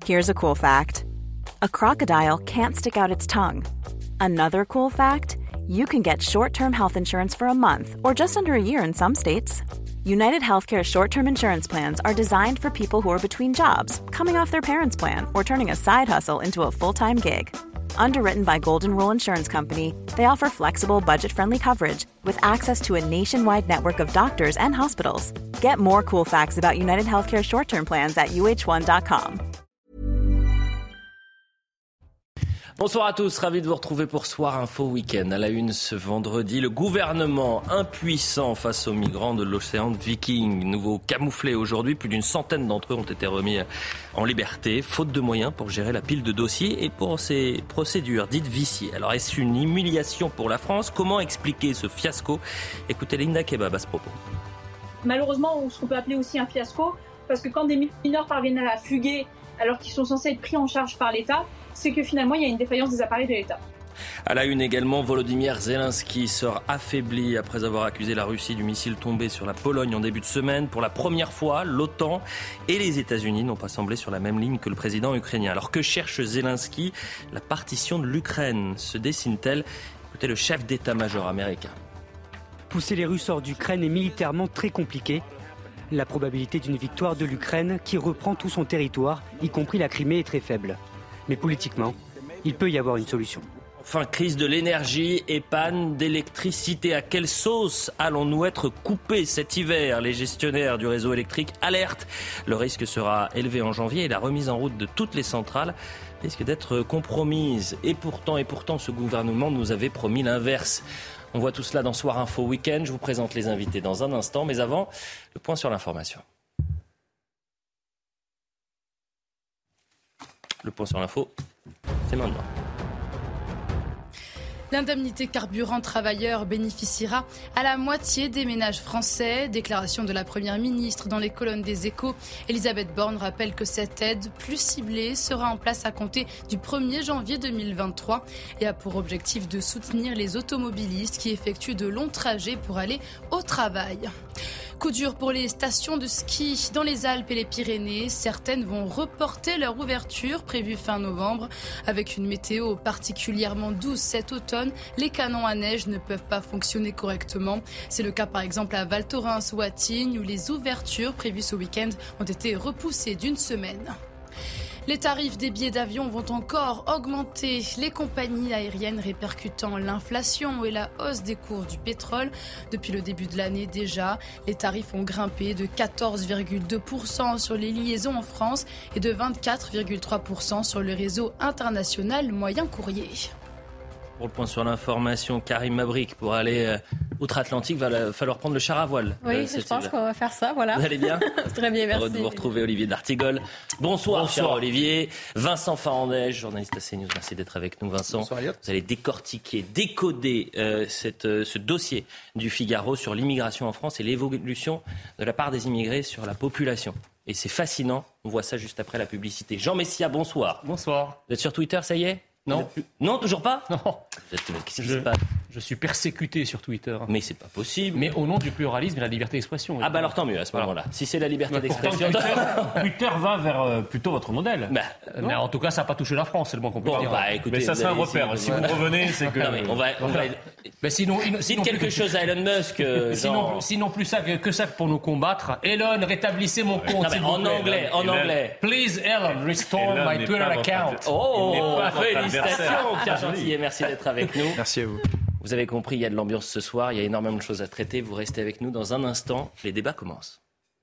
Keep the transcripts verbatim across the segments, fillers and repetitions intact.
Here's a cool fact. A crocodile can't stick out its tongue. Another cool fact, you can get short-term health insurance for a month or just under a year in some states. United Healthcare short-term insurance plans are designed for people who are between jobs, coming off their parents' plan, or turning a side hustle into a full-time gig. Underwritten by Golden Rule Insurance Company, they offer flexible, budget-friendly coverage with access to a nationwide network of doctors and hospitals. Get more cool facts about United Healthcare short-term plans at U H one dot com. Bonsoir à tous, ravi de vous retrouver pour Soir Info Week-end. À la une ce vendredi, le gouvernement impuissant face aux migrants de l'océan Viking. Nouveau camouflé aujourd'hui, plus d'une centaine d'entre eux ont été remis en liberté, faute de moyens pour gérer la pile de dossiers et pour ces procédures dites viciées. Alors est-ce une humiliation pour la France ? Comment expliquer ce fiasco ? Écoutez Linda Kebab à ce propos. Malheureusement, ce qu'on peut appeler aussi un fiasco, parce que quand des mineurs parviennent à fuguer alors qu'ils sont censés être pris en charge par l'État, c'est que finalement, il y a une défaillance des appareils de l'État. À la une également, Volodymyr Zelensky sort affaibli après avoir accusé la Russie du missile tombé sur la Pologne en début de semaine. Pour la première fois, l'OTAN et les États-Unis n'ont pas semblé sur la même ligne que le président ukrainien. Alors que cherche Zelensky ? La partition de l'Ukraine se dessine-t-elle ? Écoutez le chef d'état-major américain. Pousser les Russes hors d'Ukraine est militairement très compliqué. La probabilité d'une victoire de l'Ukraine, qui reprend tout son territoire, y compris la Crimée, est très faible. Mais politiquement, il peut y avoir une solution. Enfin, crise de l'énergie et panne d'électricité. À quelle sauce allons-nous être coupés cet hiver ? Les gestionnaires du réseau électrique alertent. Le risque sera élevé en janvier et la remise en route de toutes les centrales risque d'être compromise. Et pourtant, et pourtant, ce gouvernement nous avait promis l'inverse. On voit tout cela dans Soir Info Week-end. Je vous présente les invités dans un instant. Mais avant, le point sur l'information. Le point sur l'info, c'est maintenant. L'indemnité carburant travailleur bénéficiera à la moitié des ménages français. Déclaration de la Première ministre dans les colonnes des Échos. Elisabeth Borne rappelle que cette aide plus ciblée sera en place à compter du premier janvier deux mille vingt-trois et a pour objectif de soutenir les automobilistes qui effectuent de longs trajets pour aller au travail. Coup dur pour les stations de ski dans les Alpes et les Pyrénées. Certaines vont reporter leur ouverture prévue fin novembre. Avec une météo particulièrement douce cet automne, les canons à neige ne peuvent pas fonctionner correctement. C'est le cas par exemple à Val Thorens ou à Tignes où les ouvertures prévues ce week-end ont été repoussées d'une semaine. Les tarifs des billets d'avion vont encore augmenter. Les compagnies aériennes répercutant l'inflation et la hausse des cours du pétrole. Depuis le début de l'année déjà, les tarifs ont grimpé de quatorze virgule deux pour cent sur les liaisons en France et de vingt-quatre virgule trois pour cent sur le réseau international moyen courrier. Pour le point sur l'information, Karim Mabrik, pour aller euh, outre-Atlantique, va la, falloir prendre le char à voile. Oui, euh, je pense qu'on va faire ça, voilà. Vous allez bien ? Très bien, merci. Heureux de vous retrouver, Olivier d'Artigol. Bonsoir, Bonsoir. Cher Olivier. Vincent Farandège, journaliste à CNews, merci d'être avec nous, Vincent. Bonsoir, Elliot. Vous allez décortiquer, décoder euh, cette, euh, ce dossier du Figaro sur l'immigration en France et l'évolution de la part des immigrés sur la population. Et c'est fascinant, on voit ça juste après la publicité. Jean Messia, bonsoir. Bonsoir. Vous êtes sur Twitter, ça y est ? Non. Non, toujours pas ? Non. Qu'est-ce qui je, se passe ? je suis persécuté sur Twitter. Mais c'est pas possible. Mais au nom du pluralisme et de la liberté d'expression. Ah bah alors tant mieux à ce voilà. moment-là. Si c'est la liberté d'expression. Twitter, Twitter va vers euh, plutôt votre modèle. Bah, mais en tout cas, ça n'a pas touché la France, c'est le moins qu'on peut bon, dire. Bah, écoutez, mais ça c'est un repère. Si vous revenez, c'est que. Non, mais on va. On va... Mais sinon, Dites sinon quelque plus... chose à Elon Musk. Euh, sinon, genre... sinon plus ça que, que ça pour nous combattre. Elon, rétablissez mon compte. Non, mais en anglais, en Elon. anglais. Please, Elon, restore Elon my Twitter account. Oh, félicitations, adversaire. Pierre Gentillet, merci d'être avec nous. Merci à vous. Vous avez compris, il y a de l'ambiance ce soir, il y a énormément de choses à traiter. Vous restez avec nous dans un instant. Les débats commencent.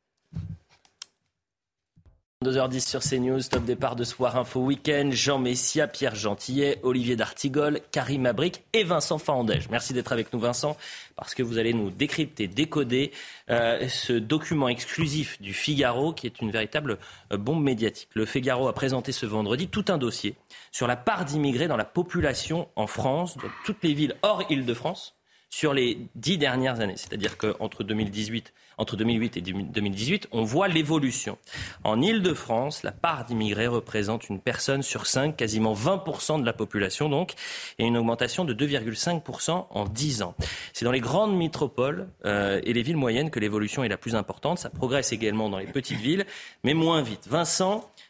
deux heures dix sur CNews, top départ de Soir Info Week-end. Jean Messia, Pierre Gentillet, Olivier d'Artigol, Karim Mabrik et Vincent Farandège. Merci d'être avec nous, Vincent, parce que vous allez nous décrypter, décoder euh, ce document exclusif du Figaro qui est une véritable euh, bombe médiatique. Le Figaro a présenté ce vendredi tout un dossier sur la part d'immigrés dans la population en France, dans toutes les villes hors Île-de-France, sur les dix dernières années. C'est-à-dire qu'entre deux mille dix-huit, entre deux mille huit et deux mille dix-huit, on voit l'évolution. En Île-de-France, la part d'immigrés représente une personne sur cinq, quasiment vingt pour cent de la population donc, et une augmentation de deux virgule cinq pour cent en dix ans. C'est dans les grandes métropoles euh, et les villes moyennes que l'évolution est la plus importante. Ça progresse également dans les petites villes, mais moins vite. Vincent,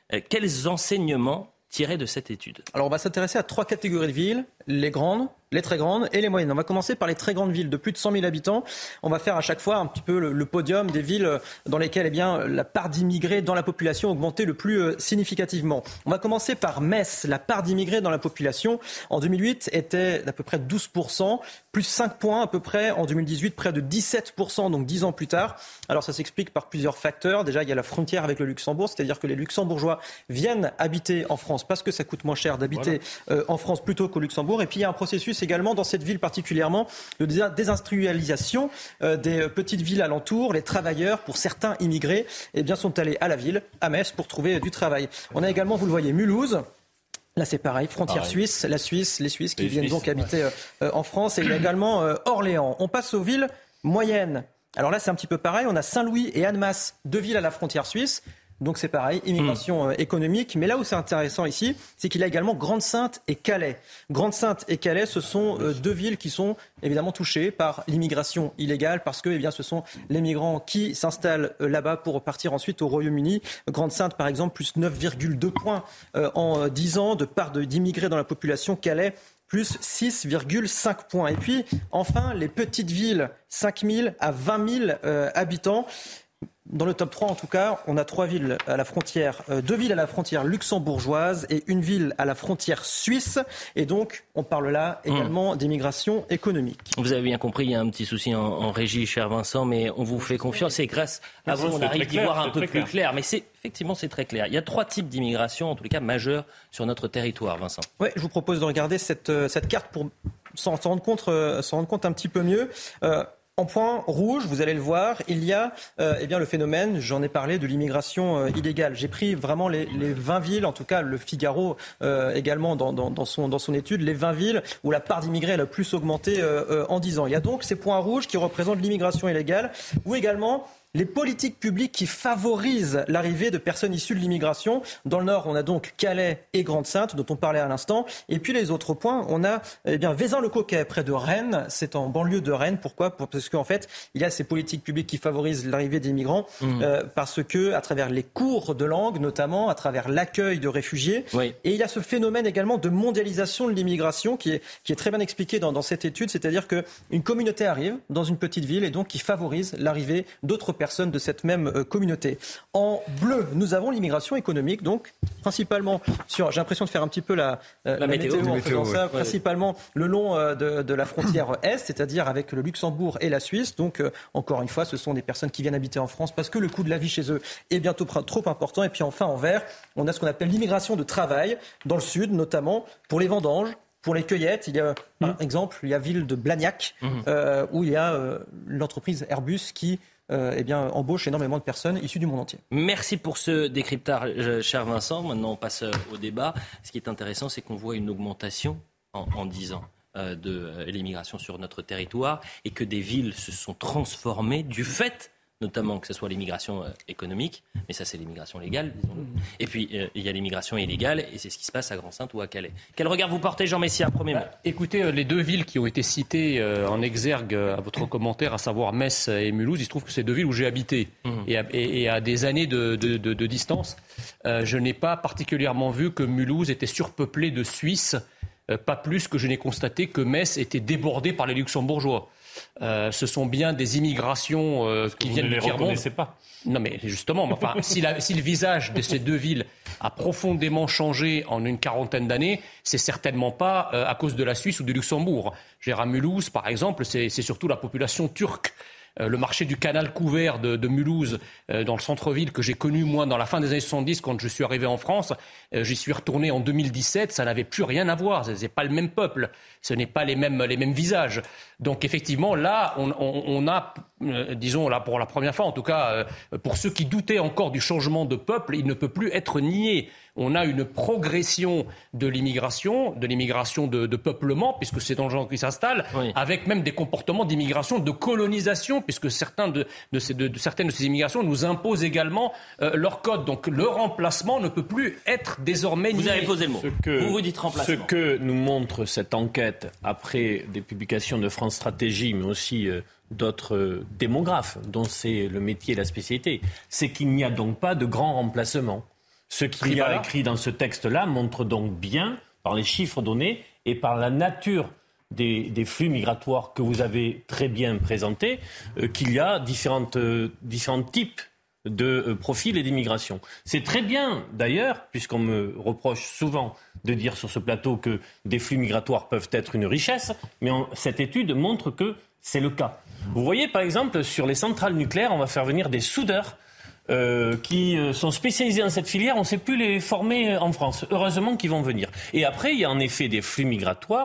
Euh, quels enseignements tirer de cette étude? Alors on va s'intéresser à trois catégories de villes, les grandes, les très grandes et les moyennes. On va commencer par les très grandes villes de plus de cent mille habitants. On va faire à chaque fois un petit peu le, le podium des villes dans lesquelles eh bien, la part d'immigrés dans la population a augmenté le plus euh, significativement. On va commencer par Metz. La part d'immigrés dans la population en deux mille huit était d'à peu près douze pour cent, plus cinq points à peu près en deux mille dix-huit, près de dix-sept pour cent, donc dix ans plus tard. Alors ça s'explique par plusieurs facteurs. Déjà, il y a la frontière avec le Luxembourg, c'est-à-dire que les Luxembourgeois viennent habiter en France parce que ça coûte moins cher d'habiter voilà. euh, en France plutôt qu'au Luxembourg. Et puis il y a un processus également dans cette ville particulièrement de désindustrialisation euh, des petites villes alentours. Les travailleurs, pour certains immigrés, eh bien, sont allés à la ville, à Metz, pour trouver du travail. On a également, vous le voyez, Mulhouse. Là, c'est pareil, frontière pareil. Suisse, la Suisse, les Suisses qui les viennent Suisses, donc habiter ouais. euh, en France. Et il y a également euh, Orléans. On passe aux villes moyennes. Alors là, c'est un petit peu pareil. On a Saint-Louis et Annemasse, deux villes à la frontière suisse. Donc c'est pareil, immigration mmh. euh, économique. Mais là où c'est intéressant ici, c'est qu'il y a également Grande-Synthe et Calais. Grande-Synthe et Calais, ce sont euh, deux villes qui sont évidemment touchées par l'immigration illégale parce que eh bien, ce sont les migrants qui s'installent euh, là-bas pour repartir ensuite au Royaume-Uni. Grande-Synthe, par exemple, plus neuf virgule deux points euh, en euh, dix ans de part de, d'immigrés dans la population. Calais, plus six virgule cinq points. Et puis, enfin, les petites villes, cinq mille à vingt mille euh, habitants. Dans le top trois, en tout cas, on a trois villes à la frontière, euh, deux villes à la frontière luxembourgeoise et une ville à la frontière suisse. Et donc, on parle là également mmh. d'immigration économique. Vous avez bien compris, il y a un petit souci en, en régie, cher Vincent, mais on vous fait confiance et grâce à vous, on arrive d'y voir un peu plus clair. clair. Mais c'est, effectivement, c'est très clair. Il y a trois types d'immigration, en tous les cas majeures, sur notre territoire, Vincent. Oui, je vous propose de regarder cette, cette carte pour s'en, s'en, rendre compte, s'en rendre compte un petit peu mieux. Euh, En point rouge, vous allez le voir, il y a euh, eh bien, le phénomène, j'en ai parlé, de l'immigration euh, illégale. J'ai pris vraiment les, les vingt villes, en tout cas le Figaro euh, également dans, dans, dans, son, dans son étude, les vingt villes où la part d'immigrés a le plus augmenté euh, euh, en dix ans. Il y a donc ces points rouges qui représentent l'immigration illégale, ou également les politiques publiques qui favorisent l'arrivée de personnes issues de l'immigration. Dans le Nord, on a donc Calais et Grande-Synthe, dont on parlait à l'instant. Et puis les autres points, on a eh bien Vezin-le-Coquet, près de Rennes. C'est en banlieue de Rennes. Pourquoi ? Parce qu'en fait, il y a ces politiques publiques qui favorisent l'arrivée des migrants, mmh. euh, parce que à travers les cours de langue, notamment, à travers l'accueil de réfugiés. Oui. Et il y a ce phénomène également de mondialisation de l'immigration qui est, qui est très bien expliqué dans, dans cette étude. C'est-à-dire qu'une communauté arrive dans une petite ville et donc qui favorise l'arrivée d'autres personnes de cette même euh, communauté. En bleu, nous avons l'immigration économique, donc principalement sur, j'ai l'impression de faire un petit peu la, euh, la, la météo, météo en météo, faisant ça, ouais. principalement le long euh, de, de la frontière est, c'est-à-dire avec le Luxembourg et la Suisse. Donc euh, encore une fois, ce sont des personnes qui viennent habiter en France parce que le coût de la vie chez eux est bientôt pr- trop important. Et puis enfin en vert, on a ce qu'on appelle l'immigration de travail, dans le sud notamment, pour les vendanges. Pour les cueillettes, il y a, par mmh. exemple, il y a ville de Blagnac, mmh. euh, où il y a euh, l'entreprise Airbus qui euh, eh bien, embauche énormément de personnes issues du monde entier. Merci pour ce décryptage, cher Vincent. Maintenant, on passe au débat. Ce qui est intéressant, c'est qu'on voit une augmentation en, en dix ans euh, de euh, l'immigration sur notre territoire et que des villes se sont transformées du fait notamment que ce soit l'immigration euh, économique, mais ça c'est l'immigration légale, disons-le. Et puis euh, il y a l'immigration illégale, et c'est ce qui se passe à Grande-Synthe ou à Calais. Quel regard vous portez, Jean Messia, premier mot ? Bah, écoutez, euh, les deux villes qui ont été citées euh, en exergue euh, à votre commentaire, à savoir Metz et Mulhouse, il se trouve que c'est deux villes où j'ai habité, mmh. et, à, et, et à des années de, de, de, de distance. Euh, je n'ai pas particulièrement vu que Mulhouse était surpeuplé de Suisses, euh, pas plus que je n'ai constaté que Metz était débordé par les Luxembourgeois. Euh, ce sont bien des immigrations euh, qui vous viennent ne du tiers-monde. Vous ne les reconnaissez pas. Non, mais justement, enfin, si, la, si le visage de ces deux villes a profondément changé en une quarantaine d'années, c'est certainement pas euh, à cause de la Suisse ou du Luxembourg. À Mulhouse, par exemple, c'est, c'est surtout la population turque. Euh, le marché du canal couvert de, de Mulhouse, euh, dans le centre-ville, que j'ai connu, moi, dans la fin des années soixante-dix, quand je suis arrivé en France, euh, j'y suis retourné en deux mille dix-sept, ça n'avait plus rien à voir. Ce n'est pas le même peuple, ce n'est pas les mêmes, les mêmes visages. Donc, effectivement, là, on, on, on a, euh, disons, là, pour la première fois, en tout cas, euh, pour ceux qui doutaient encore du changement de peuple, il ne peut plus être nié. On a une progression de l'immigration, de l'immigration de, de peuplement, puisque c'est dans le genre qui s'installe, oui. avec même des comportements d'immigration, de colonisation, puisque certains de, de, ces, de, de certaines de ces immigrations nous imposent également euh, leur code. Donc le remplacement ne peut plus être désormais nié. Vous avez posé le mot. Ce que, vous vous dites remplacement. Ce que nous montre cette enquête, après des publications de France Stratégie, mais aussi euh, d'autres euh, démographes, dont c'est le métier et la spécialité, c'est qu'il n'y a donc pas de grand remplacement. Ce qu'il y a écrit dans ce texte-là montre donc bien, par les chiffres donnés et par la nature des, des flux migratoires que vous avez très bien présentés, euh, qu'il y a différentes, euh, différents types de euh, profils et d'immigration. C'est très bien, d'ailleurs, puisqu'on me reproche souvent de dire sur ce plateau que des flux migratoires peuvent être une richesse, mais on, cette étude montre que c'est le cas. Vous voyez, par exemple, sur les centrales nucléaires, on va faire venir des soudeurs euh, qui euh, sont spécialisés dans cette filière. On ne sait plus les former en France. Heureusement qu'ils vont venir. Et après, il y a en effet des flux migratoires.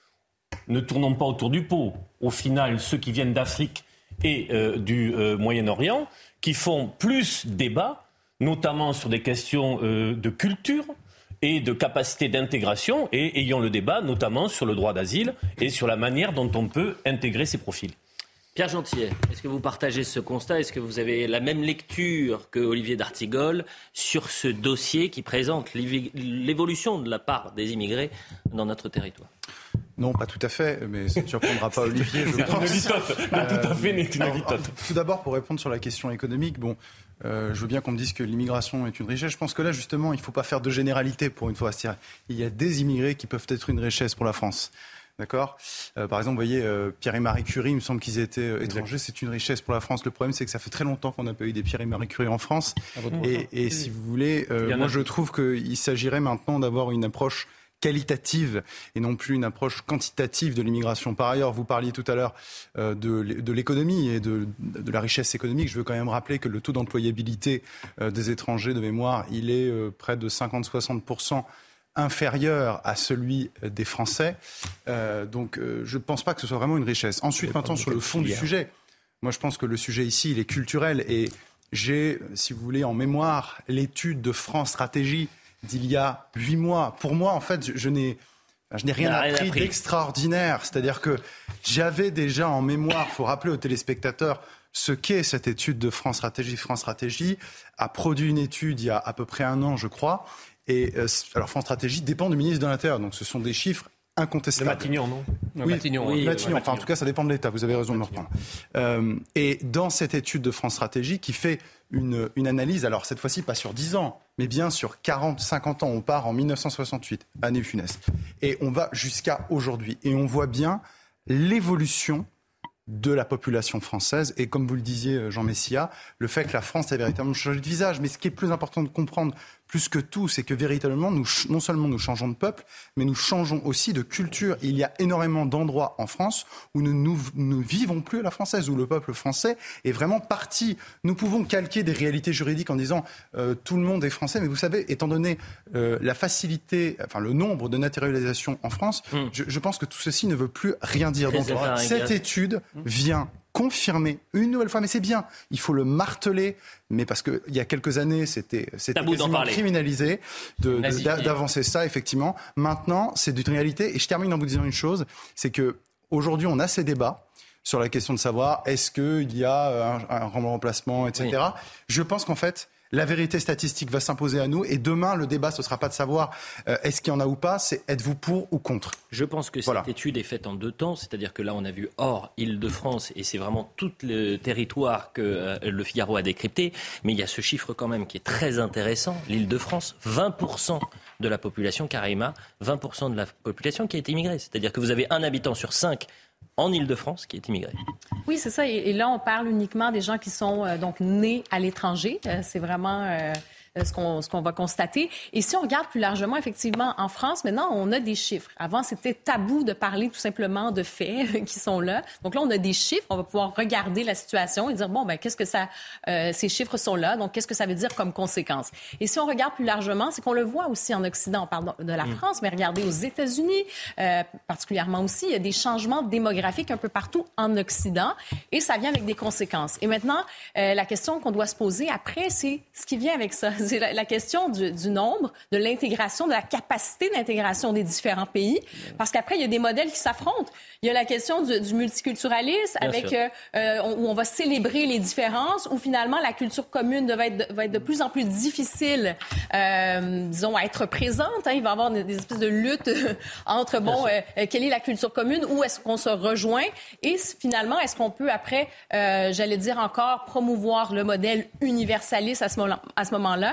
Ne tournons pas autour du pot. Au final, ceux qui viennent d'Afrique et euh, du euh, Moyen-Orient, qui font plus débat, notamment sur des questions euh, de culture et de capacité d'intégration, et ayons le débat notamment sur le droit d'asile et sur la manière dont on peut intégrer ces profils. Pierre Gentillet, est-ce que vous partagez ce constat ? Est-ce que vous avez la même lecture que Olivier d'Artigol sur ce dossier qui présente l'évolution de la part des immigrés dans notre territoire ? Non, pas tout à fait, mais ça ne surprendra pas Olivier, je pense. Une litote. Non, euh, tout à fait, n'est une litote. Tout d'abord, pour répondre sur la question économique, bon, euh, je veux bien qu'on me dise que l'immigration est une richesse. Je pense que là, justement, il ne faut pas faire de généralité pour une fois. C'est-à-dire, il y a des immigrés qui peuvent être une richesse pour la France. D'accord. Euh, par exemple, vous voyez, euh, Pierre et Marie Curie, il me semble qu'ils étaient euh, étrangers, c'est une richesse pour la France. Le problème, c'est que ça fait très longtemps qu'on n'a pas eu des Pierre et Marie Curie en France. Et, et si vous voulez, euh, moi, je trouve qu'il s'agirait maintenant d'avoir une approche qualitative et non plus une approche quantitative de l'immigration. Par ailleurs, vous parliez tout à l'heure euh, de, de l'économie et de, de la richesse économique. Je veux quand même rappeler que le taux d'employabilité euh, des étrangers, de mémoire, il est euh, près de cinquante à soixante pour cent inférieur à celui des Français. Euh, donc euh, je ne pense pas que ce soit vraiment une richesse. Ensuite, maintenant, sur le fond du sujet, moi je pense que le sujet ici, il est culturel. Et j'ai, si vous voulez, en mémoire, l'étude de France Stratégie d'il y a huit mois. Pour moi, en fait, je, je n'ai, je n'ai rien, rien appris, appris d'extraordinaire. C'est-à-dire que j'avais déjà en mémoire, il faut rappeler aux téléspectateurs ce qu'est cette étude de France Stratégie. France Stratégie a produit une étude il y a à peu près un an, je crois. Et euh, alors France Stratégie dépend du ministre de l'Intérieur, donc ce sont des chiffres incontestables. Le Matignon, non Oui, Matignon, oui, Matignon. Enfin, en tout cas, ça dépend de l'État. Vous avez raison de me reprendre. Euh, et dans cette étude de France Stratégie, qui fait une, une analyse, alors cette fois-ci pas sur dix ans, mais bien sur quarante, cinquante ans. On part en mille neuf cent soixante-huit, année funeste, et on va jusqu'à aujourd'hui. Et on voit bien l'évolution de la population française. Et comme vous le disiez, Jean Messia, le fait que la France a véritablement changé de visage. Mais ce qui est plus important de comprendre, plus que tout, c'est que véritablement, nous, non seulement nous changeons de peuple, mais nous changeons aussi de culture. Il y a énormément d'endroits en France où nous ne nous, nous vivons plus à la française, où le peuple français est vraiment parti. Nous pouvons calquer des réalités juridiques en disant euh, tout le monde est français, mais vous savez, étant donné euh, la facilité, enfin le nombre de naturalisations en France, mmh. je, je pense que tout ceci ne veut plus rien dire. Donc, cette étude vient confirmer une nouvelle fois, mais c'est bien, il faut le marteler, mais parce qu'il y a quelques années, c'était, c'était quasiment criminalisé de, de, d'avancer ça, effectivement. Maintenant, c'est d'une réalité, et je termine en vous disant une chose, c'est qu'aujourd'hui, on a ces débats sur la question de savoir est-ce qu'il y a un, un remplacement, et cetera. Oui. Je pense qu'en fait, la vérité statistique va s'imposer à nous et demain, le débat, ce ne sera pas de savoir euh, est-ce qu'il y en a ou pas, c'est êtes-vous pour ou contre. Je pense que voilà. Cette étude est faite en deux temps, c'est-à-dire que là, on a vu hors Île-de-France et c'est vraiment tout le territoire que euh, le Figaro a décrypté, mais il y a ce chiffre quand même qui est très intéressant, l'Île-de-France, vingt pour cent de la population, Karima, vingt pour cent de la population qui a été immigrée, c'est-à-dire que vous avez un habitant sur cinq en Île-de-France qui est immigré. Oui, c'est ça. Et, et là, on parle uniquement des gens qui sont euh, donc nés à l'étranger. Euh, c'est vraiment euh, ce qu'on, ce qu'on va constater. Et si on regarde plus largement, effectivement, en France, maintenant, on a des chiffres. Avant, c'était tabou de parler tout simplement de faits qui sont là. Donc là, on a des chiffres. On va pouvoir regarder la situation et dire, bon, ben qu'est-ce que ça... Euh, ces chiffres sont là. Donc, qu'est-ce que ça veut dire comme conséquence? Et si on regarde plus largement, c'est qu'on le voit aussi en Occident. On parle de la France, mais regardez aux États-Unis, euh, particulièrement aussi, il y a des changements démographiques un peu partout en Occident. Et ça vient avec des conséquences. Et maintenant, euh, la question qu'on doit se poser après, c'est ce qui vient avec ça. C'est la, la question du, du nombre, de l'intégration, de la capacité d'intégration des différents pays. Parce qu'après, il y a des modèles qui s'affrontent. Il y a la question du, du multiculturalisme Bien avec euh, euh, où on va célébrer les différences, où finalement la culture commune va être de, va être de plus en plus difficile, euh, disons, à être présente. Hein. Il va y avoir des, des espèces de luttes entre, bon, euh, quelle est la culture commune, où est-ce qu'on se rejoint et finalement, est-ce qu'on peut après, euh, j'allais dire encore, promouvoir le modèle universaliste à ce moment, à ce moment-là.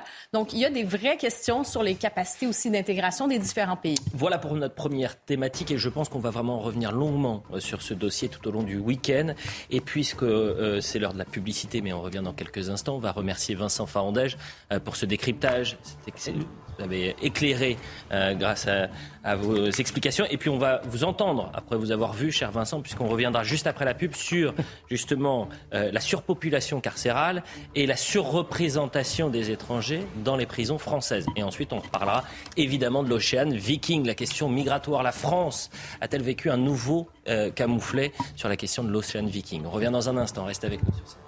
Donc, il y a des vraies questions sur les capacités aussi d'intégration des différents pays. Voilà pour notre première thématique et je pense qu'on va vraiment revenir longuement sur ce dossier tout au long du week-end. Et puisque euh, c'est l'heure de la publicité, mais on revient dans quelques instants, on va remercier Vincent Farandège euh, pour ce décryptage. C'était Vous avez éclairé euh, grâce à, à vos explications. Et puis on va vous entendre, après vous avoir vu, cher Vincent, puisqu'on reviendra juste après la pub, sur justement euh, la surpopulation carcérale et la surreprésentation des étrangers dans les prisons françaises. Et ensuite on parlera évidemment de l'Ocean Viking, la question migratoire. La France a-t-elle vécu un nouveau euh, camouflet sur la question de l'Ocean Viking? On revient dans un instant, restez avec nous sur ça.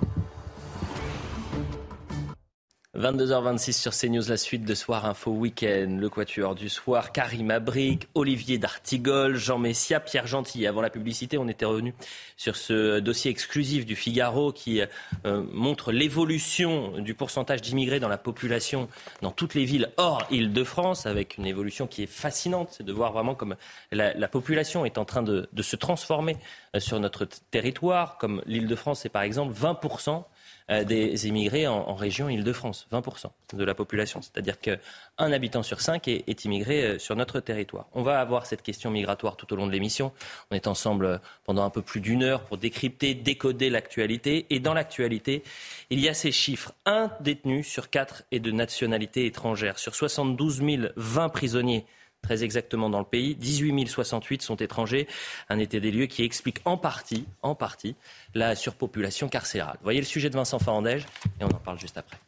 vingt-deux heures vingt-six sur CNews, la suite de Soir Info Week-end. Le quatuor du soir, Karim Abric, Olivier d'Artigol, Jean Messia, Pierre Gentillet. Avant la publicité, on était revenu sur ce dossier exclusif du Figaro qui euh, montre l'évolution du pourcentage d'immigrés dans la population dans toutes les villes hors Île-de-France, avec une évolution qui est fascinante. C'est de voir vraiment comme la, la population est en train de, de se transformer euh, sur notre t- territoire. Comme l'Île-de-France, c'est par exemple vingt pour cent des immigrés en, en région Île-de-France, vingt pour cent de la population. C'est-à-dire qu'un habitant sur cinq est, est immigré sur notre territoire. On va avoir cette question migratoire tout au long de l'émission. On est ensemble pendant un peu plus d'une heure pour décrypter, décoder l'actualité. Et dans l'actualité, il y a ces chiffres. Un détenu sur quatre est de nationalité étrangère. Sur soixante-douze mille vingt prisonniers, très exactement dans le pays, dix-huit mille soixante-huit sont étrangers. Un état des lieux qui explique en partie, en partie la surpopulation carcérale. Voyez le sujet de Vincent Farandège et on en parle juste après.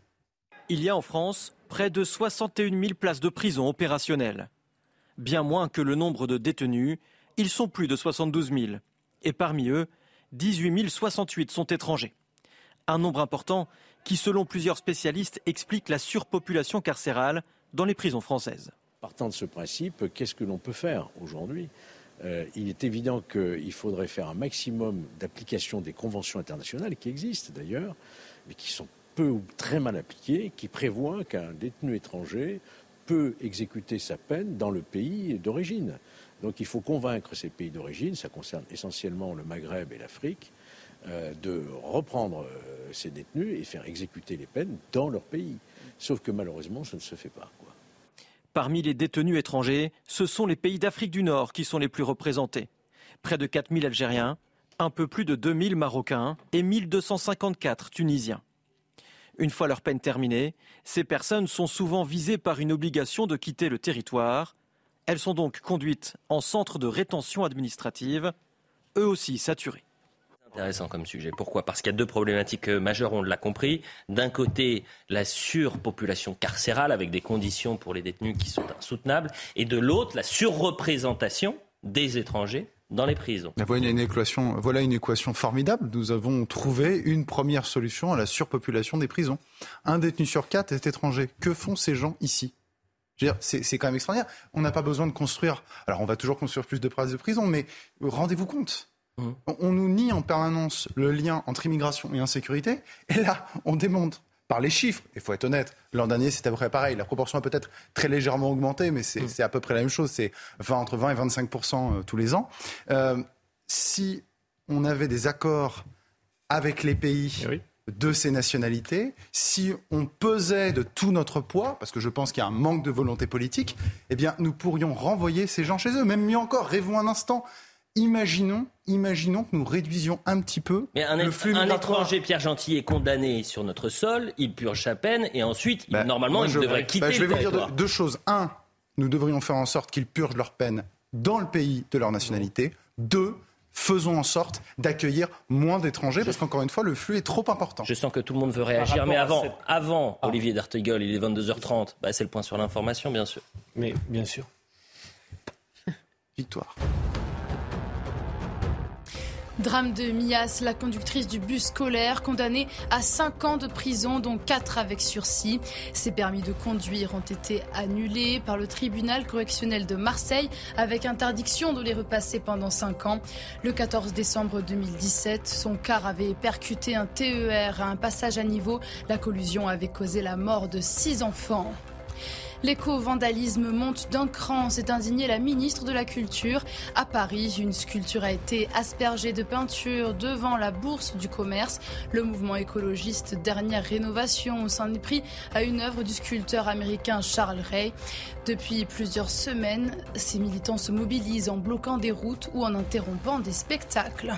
Il y a en France près de soixante et une mille places de prison opérationnelles. Bien moins que le nombre de détenus, ils sont plus de soixante-douze mille. Et parmi eux, dix-huit mille soixante-huit sont étrangers. Un nombre important qui, selon plusieurs spécialistes, explique la surpopulation carcérale dans les prisons françaises. Partant de ce principe, qu'est-ce que l'on peut faire aujourd'hui ? euh, Il est évident qu'il faudrait faire un maximum d'application des conventions internationales qui existent d'ailleurs, mais qui sont peu ou très mal appliquées, qui prévoient qu'un détenu étranger peut exécuter sa peine dans le pays d'origine. Donc il faut convaincre ces pays d'origine, ça concerne essentiellement le Maghreb et l'Afrique, euh, de reprendre euh, ces détenus et faire exécuter les peines dans leur pays. Sauf que malheureusement, ça ne se fait pas, quoi. Parmi les détenus étrangers, ce sont les pays d'Afrique du Nord qui sont les plus représentés. Près de quatre mille Algériens, un peu plus de deux mille Marocains et mille deux cent cinquante-quatre Tunisiens. Une fois leur peine terminée, ces personnes sont souvent visées par une obligation de quitter le territoire. Elles sont donc conduites en centre de rétention administrative, eux aussi saturés. Intéressant comme sujet. Pourquoi ? Parce qu'il y a deux problématiques majeures, on l'a compris. D'un côté, la surpopulation carcérale avec des conditions pour les détenus qui sont insoutenables. Et de l'autre, la surreprésentation des étrangers dans les prisons. Voilà une équation, voilà une équation formidable. Nous avons trouvé une première solution à la surpopulation des prisons. Un détenu sur quatre est étranger. Que font ces gens ici ? Je veux dire, c'est, c'est quand même extraordinaire. On n'a pas besoin de construire... Alors, on va toujours construire plus de places de prison, mais rendez-vous compte. Mmh. On, on nous nie en permanence le lien entre immigration et insécurité. Et là, on démontre par les chiffres. Il faut être honnête, l'an dernier, c'était à peu près pareil. La proportion a peut-être très légèrement augmenté, mais c'est, mmh. c'est à peu près la même chose. C'est vingt, entre vingt et vingt-cinq pour cent tous les ans. Euh, si on avait des accords avec les pays... Oui. de ces nationalités, si on pesait de tout notre poids, parce que je pense qu'il y a un manque de volonté politique, eh bien, nous pourrions renvoyer ces gens chez eux. Même mieux encore, rêvons un instant. Imaginons, imaginons que nous réduisions un petit peu Mais un le flux un migratoire. étranger, Pierre Gentillet, est condamné sur notre sol, il purge sa peine et ensuite, bah, il, normalement, il je, devrait quitter bah, je vais le vous territoire. Dire deux, deux choses. Un, nous devrions faire en sorte qu'ils purgent leur peine dans le pays de leur nationalité. Deux, faisons en sorte d'accueillir moins d'étrangers, parce qu'encore une fois, le flux est trop important. Je sens que tout le monde veut réagir, mais avant, cette... avant ah. Olivier d'Artigol, il est vingt-deux heures trente, bah, c'est le point sur l'information, bien sûr. Mais bien sûr. Victoire. Drame de Mias, la conductrice du bus scolaire, condamnée à cinq ans de prison, dont quatre avec sursis. Ses permis de conduire ont été annulés par le tribunal correctionnel de Marseille, avec interdiction de les repasser pendant cinq ans. Le quatorze décembre deux mille dix-sept, son car avait percuté un T E R à un passage à niveau. La collision avait causé la mort de six enfants. L'éco-vandalisme monte d'un cran, s'est indignée la ministre de la Culture. À Paris, une sculpture a été aspergée de peinture devant la Bourse du Commerce. Le mouvement écologiste Dernière Rénovation s'en est pris à une œuvre du sculpteur américain Charles Ray. Depuis plusieurs semaines, ces militants se mobilisent en bloquant des routes ou en interrompant des spectacles.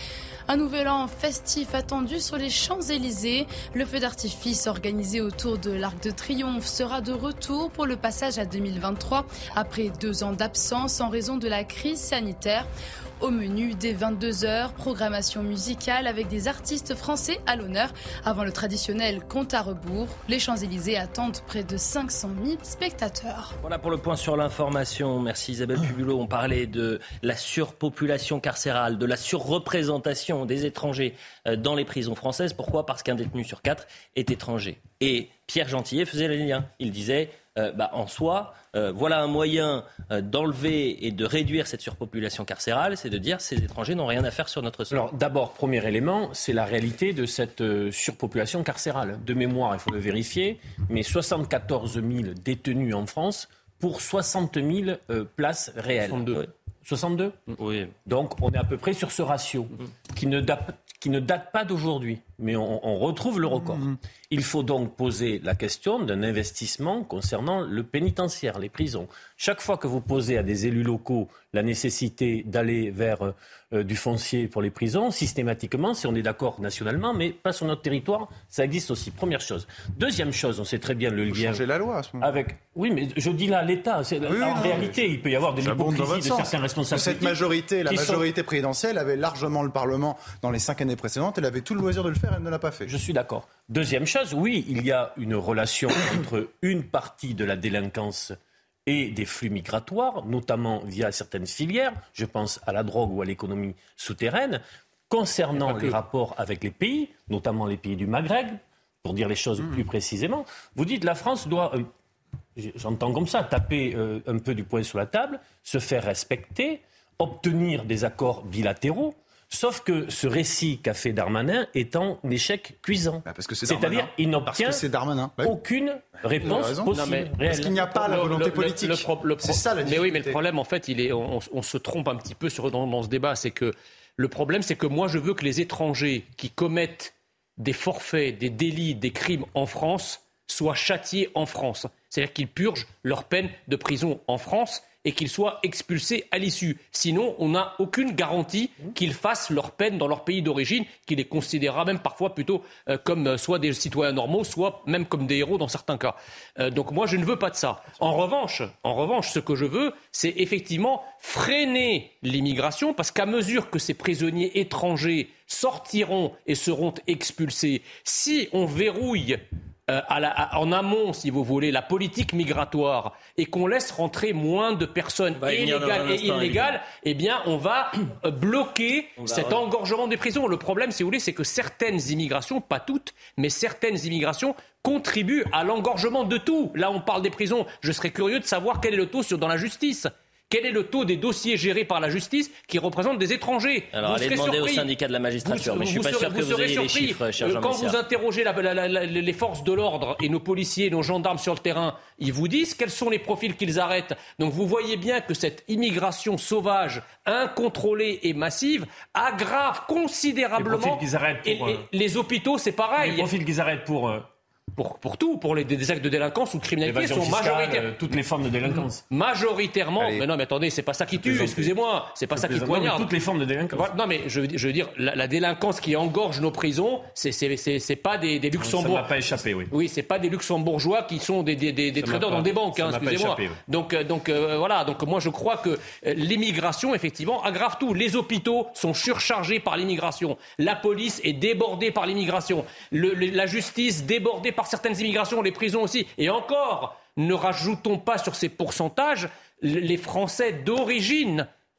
Un nouvel an festif attendu sur les Champs-Élysées. Le feu d'artifice organisé autour de l'Arc de Triomphe sera de retour pour le passage à deux mille vingt-trois après deux ans d'absence en raison de la crise sanitaire. Au menu, dès vingt-deux heures, programmation musicale avec des artistes français à l'honneur. Avant le traditionnel compte à rebours, les Champs-Élysées attendent près de cinq cent mille spectateurs. Voilà pour le point sur l'information. Merci Isabelle Pubulot. On parlait de la surpopulation carcérale, de la surreprésentation des étrangers dans les prisons françaises. Pourquoi ? Parce qu'un détenu sur quatre est étranger. Et Pierre Gentillet faisait le lien. Il disait, euh, bah, en soi, euh, voilà un moyen euh, d'enlever et de réduire cette surpopulation carcérale, c'est de dire ces étrangers n'ont rien à faire sur notre sol. Alors d'abord, premier élément, c'est la réalité de cette euh, surpopulation carcérale. De mémoire, il faut le vérifier, mais soixante-quatorze mille détenus en France pour soixante mille euh, places réelles. soixante-deux. Ouais. soixante-deux ? Oui. Donc on est à peu près sur ce ratio qui ne date, qui ne date pas d'aujourd'hui, mais on, on retrouve le record. Mmh. Il faut donc poser la question d'un investissement concernant le pénitentiaire, les prisons. Chaque fois que vous posez à des élus locaux la nécessité d'aller vers euh, du foncier pour les prisons, systématiquement, si on est d'accord nationalement, mais pas sur notre territoire, ça existe aussi. Première chose. Deuxième chose, on sait très bien le lien... changer la loi à ce moment. Avec... Oui, mais je dis là, l'État. C'est... Oui, en non, réalité, il peut y avoir de l'hypocrisie de certains responsables. Cette majorité, la majorité sont... présidentielle avait largement le Parlement dans les cinq années précédentes. Elle avait tout le loisir de le faire, elle ne l'a pas fait. Je suis d'accord. Deuxième chose, oui, il y a une relation entre une partie de la délinquance et des flux migratoires, notamment via certaines filières, je pense à la drogue ou à l'économie souterraine, concernant les rapports avec les pays, notamment les pays du Maghreb, pour dire les choses mmh. plus précisément. Vous dites la France doit, euh, j'entends comme ça, taper euh, un peu du poing sur la table, se faire respecter, obtenir des accords bilatéraux. Sauf que ce récit qu'a fait Darmanin est en échec cuisant. Bah parce que c'est C'est-à-dire il n'obtient parce que c'est Darmanin. Ouais. aucune réponse possible. Non, mais, parce qu'il n'y a pas la volonté le, politique. Le, le, le, le, c'est ça la difficulté. Mais oui, mais le problème, en fait, il est, on, on se trompe un petit peu sur, dans, dans ce débat. C'est que le problème, c'est que moi, je veux que les étrangers qui commettent des forfaits, des délits, des crimes en France soient châtiés en France. C'est-à-dire qu'ils purgent leur peine de prison en France et qu'ils soient expulsés à l'issue. Sinon, on n'a aucune garantie qu'ils fassent leur peine dans leur pays d'origine, qui les considérera même parfois plutôt euh, comme euh, soit des citoyens normaux, soit même comme des héros dans certains cas. Euh, donc moi, je ne veux pas de ça. En revanche, en revanche, ce que je veux, c'est effectivement freiner l'immigration, parce qu'à mesure que ces prisonniers étrangers sortiront et seront expulsés, si on verrouille Euh, à la, à, en amont, si vous voulez, la politique migratoire et qu'on laisse rentrer moins de personnes illégales et illégales, eh bien, on va euh, bloquer on cet va... engorgement des prisons. Le problème, si vous voulez, c'est que certaines immigrations, pas toutes, mais certaines immigrations contribuent à l'engorgement de tout. Là, on parle des prisons. Je serais curieux de savoir quel est le taux sur, dans la justice. Quel est le taux des dossiers gérés par la justice qui représentent des étrangers? Alors, vous allez demander surpris. Au syndicat de la magistrature, vous, mais je ne suis pas serez, sûr que vous, vous ayez surpris. Les chiffres, cher Jean Quand Messia. Vous interrogez la, la, la, la, les forces de l'ordre et nos policiers, nos gendarmes sur le terrain, ils vous disent quels sont les profils qu'ils arrêtent. Donc vous voyez bien que cette immigration sauvage, incontrôlée et massive aggrave considérablement... Les profils qu'ils arrêtent pour... Et, et les hôpitaux, c'est pareil. Les profils qu'ils arrêtent pour... Euh... Pour, pour tout, pour les, des actes de délinquance ou de criminalité sont majoritairement... Euh, toutes les formes de délinquance. Majoritairement... Allez. Mais non, mais attendez, c'est pas ça qui tue, excusez-moi. C'est pas ça qui poignarde. Toutes les formes de délinquance. Voilà, non, mais je, je veux dire, la, la délinquance qui engorge nos prisons, c'est, c'est, c'est, c'est pas des, des Luxembourgeois... Ça m'a pas échappé, oui. Oui, c'est pas des Luxembourgeois qui sont des, des, des, des traders dans des banques, hein, excusez-moi. Échappé, oui. Donc, donc euh, voilà, donc moi je crois que euh, l'immigration, effectivement, aggrave tout. Les hôpitaux sont surchargés par l'immigration. La police est débordée par l'immigration. Le, le, la justice débordée par certaines immigrations. Les prisons aussi. Et encore, ne rajoutons pas sur ces pourcentages les Français d'origine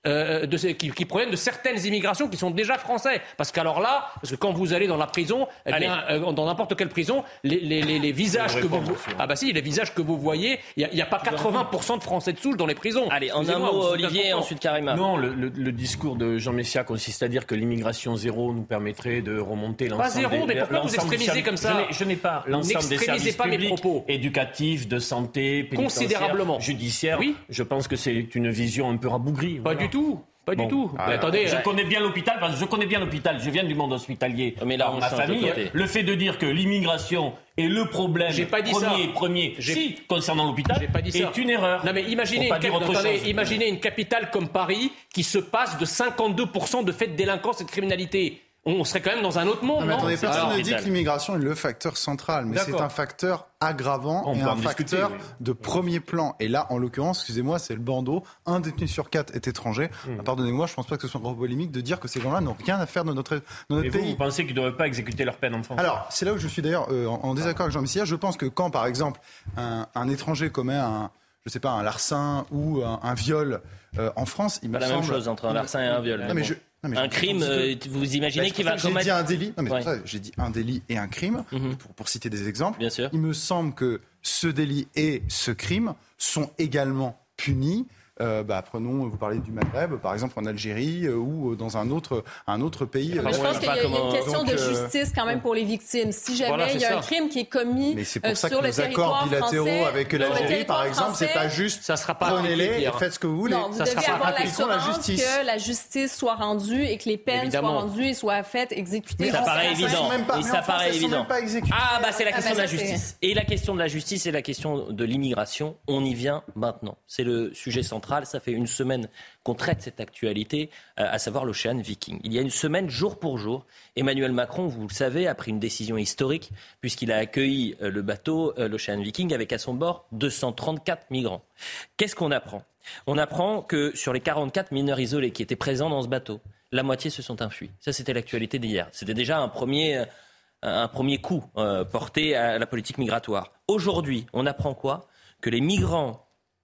euh, de, qui, qui proviennent de certaines immigrations qui sont déjà français. Parce qu'alors là, parce que quand vous allez dans la prison, eh bien, euh, dans n'importe quelle prison, les, les, les, les visages que vous, ah bah si, les visages que vous voyez, il n'y a, a pas quatre-vingts pour cent de Français de souche dans les prisons. Allez, en un mot, Olivier, et ensuite Karima. Non, le, le, le discours de Jean Messia consiste à dire que l'immigration zéro nous permettrait de remonter l'ensemble. Pas zéro, des, mais pourquoi vous extrémisez comme ça? Je n'ai pas l'ensemble des services pas publics, mes propos. éducatifs, de santé, pénitentiaire, considérablement, judiciaire. Oui. Je pense que c'est une vision un peu rabougrie. Pas voilà. du tout. Pas bon. du tout. Ah, attendez, je euh... connais bien l'hôpital parce que je connais bien l'hôpital. Je viens du monde hospitalier. Mais là, on ma famille. Le fait de dire que l'immigration est le problème J'ai pas dit premier, ça. premier, si, concernant l'hôpital, J'ai pas dit ça. est une erreur. Non mais imaginez, une, attendez, imaginez une capitale comme Paris qui se passe de cinquante-deux pour cent de faits de délinquance et de criminalité. On serait quand même dans un autre monde, non, non, non attendez, personne ne dit que l'immigration est le facteur central, mais c'est un facteur aggravant on et un facteur oui. de premier plan. Et là, en l'occurrence, excusez-moi, c'est le bandeau. Un détenu sur quatre est étranger. Mmh. Pardonnez-moi, je ne pense pas que ce soit trop polémique de dire que ces gens-là n'ont rien à faire dans notre, dans notre et pays. Vous, vous pensez qu'ils ne devraient pas exécuter leur peine en France? Alors, c'est là où je suis d'ailleurs euh, en, en désaccord avec Jean Messia. Je pense que quand, par exemple, un, un étranger commet un, je sais pas, un larcin ou un, un viol euh, en France, il me pas semble... la même chose entre un larcin et un viol. Non, mais je... Non, mais un crime, euh, vous imaginez bah, qu'il va commettre... J'ai dit un délit, non, mais ouais. ça, j'ai dit un délit et un crime, mm-hmm. pour, pour citer des exemples. Bien sûr. Il me semble que ce délit et ce crime sont également punis. Euh, bah, prenons, vous parlez du Maghreb, par exemple en Algérie euh, ou dans un autre, un autre pays. Mais je pense qu'il y a, comment... y a une question Donc, de justice quand même pour les victimes. Si jamais voilà, il y a ça. un crime qui est commis mais c'est pour euh, ça sur que le les accords bilatéraux français, avec l'Algérie, par exemple, français, c'est pas juste. Ça sera pas prenez-les et faites ce que vous voulez. Non, vous ça devez sera avoir pas l'assurance que la justice soit rendue et que les peines Évidemment. soient rendues et soient faites, exécutées. Mais ça paraît évident. Et ça paraît évident. Ah bah c'est la question de la justice. Et la question de la justice et la question de l'immigration, on y vient maintenant. C'est le sujet central. Ça fait une semaine qu'on traite cette actualité, euh, à savoir l'Ocean Viking. Il y a une semaine, jour pour jour, Emmanuel Macron, vous le savez, a pris une décision historique puisqu'il a accueilli euh, le bateau, euh, l'Ocean Viking, avec à son bord deux cent trente-quatre migrants. Qu'est-ce qu'on apprend ? On apprend que sur les quarante-quatre mineurs isolés qui étaient présents dans ce bateau, la moitié se sont enfuis. Ça, c'était l'actualité d'hier. C'était déjà un premier, euh, un premier coup euh, porté à la politique migratoire. Aujourd'hui, on apprend quoi ? Que les migrants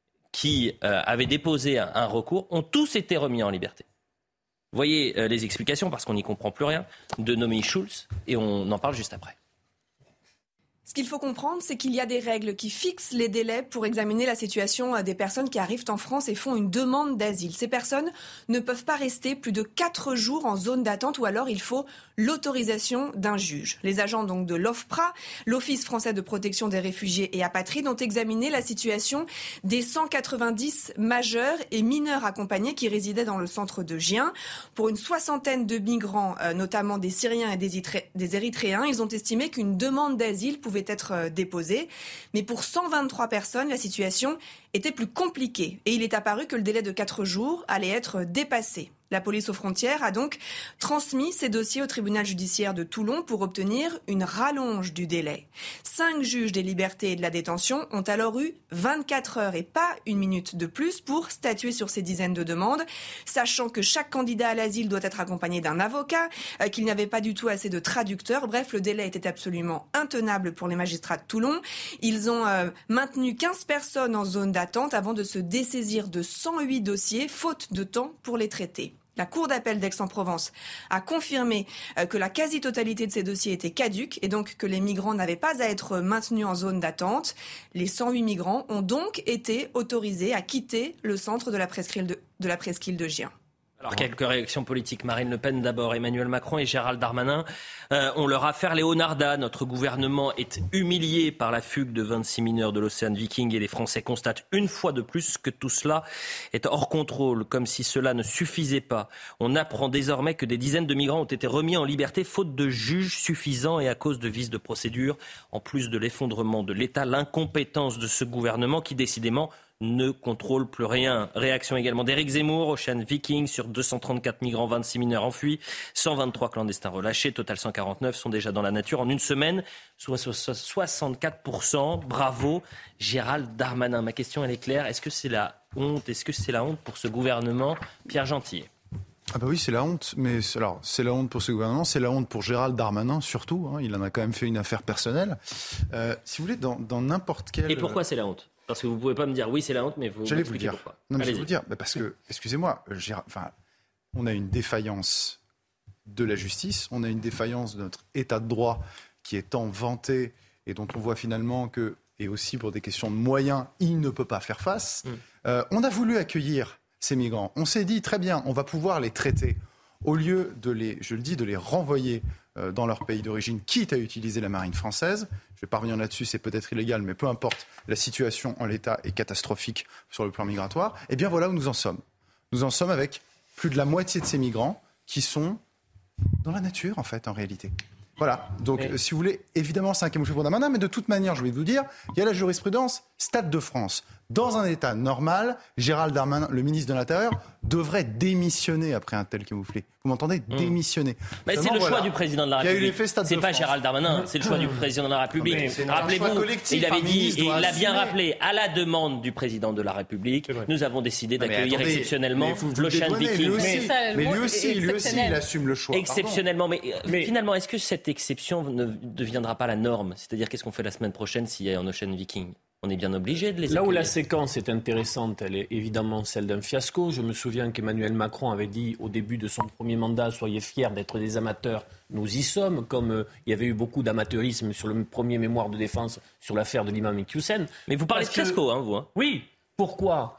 qui euh, avaient déposé un, un recours ont tous été remis en liberté. Vous voyez euh, les explications, parce qu'on n'y comprend plus rien, de Noémie Schulz, et on en parle juste après. Ce qu'il faut comprendre, c'est qu'il y a des règles qui fixent les délais pour examiner la situation des personnes qui arrivent en France et font une demande d'asile. Ces personnes ne peuvent pas rester plus de quatre jours en zone d'attente ou alors il faut l'autorisation d'un juge. Les agents donc de l'OFPRA, l'Office français de protection des réfugiés et apatrides, ont examiné la situation des cent quatre-vingt-dix majeurs et mineurs accompagnés qui résidaient dans le centre de Gien. Pour une soixantaine de migrants, notamment des Syriens et des, Itré- des Érythréens, ils ont estimé qu'une demande d'asile pouvait être déposée. Mais pour cent vingt-trois personnes, la situation était plus compliquée. Et il est apparu que le délai de quatre jours allait être dépassé. La police aux frontières a donc transmis ces dossiers au tribunal judiciaire de Toulon pour obtenir une rallonge du délai. Cinq juges des libertés et de la détention ont alors eu vingt-quatre heures et pas une minute de plus pour statuer sur ces dizaines de demandes, sachant que chaque candidat à l'asile doit être accompagné d'un avocat, euh, qu'il n'y avait pas du tout assez de traducteurs. Bref, le délai était absolument intenable pour les magistrats de Toulon. Ils ont euh, maintenu quinze personnes en zone d'attente avant de se dessaisir de cent huit dossiers, faute de temps pour les traiter. La Cour d'appel d'Aix-en-Provence a confirmé que la quasi-totalité de ces dossiers étaient caducs et donc que les migrants n'avaient pas à être maintenus en zone d'attente. Les cent huit migrants ont donc été autorisés à quitter le centre de la presqu'île de, de, la presqu'île de Gien. Alors, quelques réactions politiques. Marine Le Pen d'abord, Emmanuel Macron et Gérald Darmanin euh, ont leur affaire Leonarda. Notre gouvernement est humilié par la fugue de vingt-six mineurs de l'Ocean Viking et les Français constatent une fois de plus que tout cela est hors contrôle. Comme si cela ne suffisait pas, on apprend désormais que des dizaines de migrants ont été remis en liberté faute de juges suffisants et à cause de vices de procédure. En plus de l'effondrement de l'État, l'incompétence de ce gouvernement qui décidément ne contrôle plus rien. Réaction également d'Éric Zemmour, Ocean Viking, sur deux cent trente-quatre migrants, vingt-six mineurs enfuis, cent vingt-trois clandestins relâchés, total cent quarante-neuf sont déjà dans la nature en une semaine, soit soixante-quatre pour cent. Bravo Gérald Darmanin. Ma question elle est claire, est-ce que c'est la honte, est-ce que c'est la honte pour ce gouvernement, Pierre Gentillet? Ah bah oui, c'est la honte, mais alors c'est la honte pour ce gouvernement, c'est la honte pour Gérald Darmanin surtout, hein, il en a quand même fait une affaire personnelle. Euh, si vous voulez, dans, dans n'importe quel... Et pourquoi c'est la honte ? Parce que vous ne pouvez pas me dire oui, c'est la honte, mais vous J'allais vous le dire. Pourquoi. Non, mais je vais vous le dire. Bah parce que, excusez-moi, j'ai, enfin, on a une défaillance de la justice, on a une défaillance de notre état de droit qui est tant vanté et dont on voit finalement que, et aussi pour des questions de moyens, il ne peut pas faire face. Mmh. Euh, on a voulu accueillir ces migrants. On s'est dit, très bien, on va pouvoir les traiter. Au lieu de les, je le dis, de les renvoyer euh, dans leur pays d'origine, quitte à utiliser la marine française. Je ne vais pas revenir là-dessus, c'est peut-être illégal, mais peu importe, la situation en l'état est catastrophique sur le plan migratoire. Eh bien voilà où nous en sommes. Nous en sommes avec plus de la moitié de ces migrants qui sont dans la nature, en fait, en réalité. Voilà, donc mais... si vous voulez, évidemment c'est un camouflet pour Darmanin, mais de toute manière, je vais vous dire, il y a la jurisprudence Stade de France. Dans un état normal, Gérald Darmanin, le ministre de l'Intérieur, devrait démissionner après un tel camouflet. Vous m'entendez ? mmh. Démissionner. Mais c'est le voilà. choix du président de la République. Il y a eu l'effet Stade c'est de pas France. Gérald Darmanin, c'est le choix du président de la République. Rappelez-vous, il avait dit, et il l'a bien rappelé, à la demande du président de la République, nous avons décidé d'accueillir attendez, exceptionnellement l'Ocean Viking. Lui aussi, mais, mais lui aussi, lui aussi, il assume le choix. Exceptionnellement, mais, mais finalement, est-ce que cette exception ne deviendra pas la norme ? C'est-à-dire, qu'est-ce qu'on fait la semaine prochaine s'il y a un Ocean Viking ? On est bien obligé de les Là accueillir. Où la séquence est intéressante, elle est évidemment celle d'un fiasco. Je me souviens qu'Emmanuel Macron avait dit au début de son premier mandat « Soyez fiers d'être des amateurs ». Nous y sommes, comme euh, il y avait eu beaucoup d'amateurisme sur le premier mémoire de défense sur l'affaire de l'imam Iqiyoussen. Mais vous parlez Parce de fiasco, que... hein, vous hein. Oui. Pourquoi ?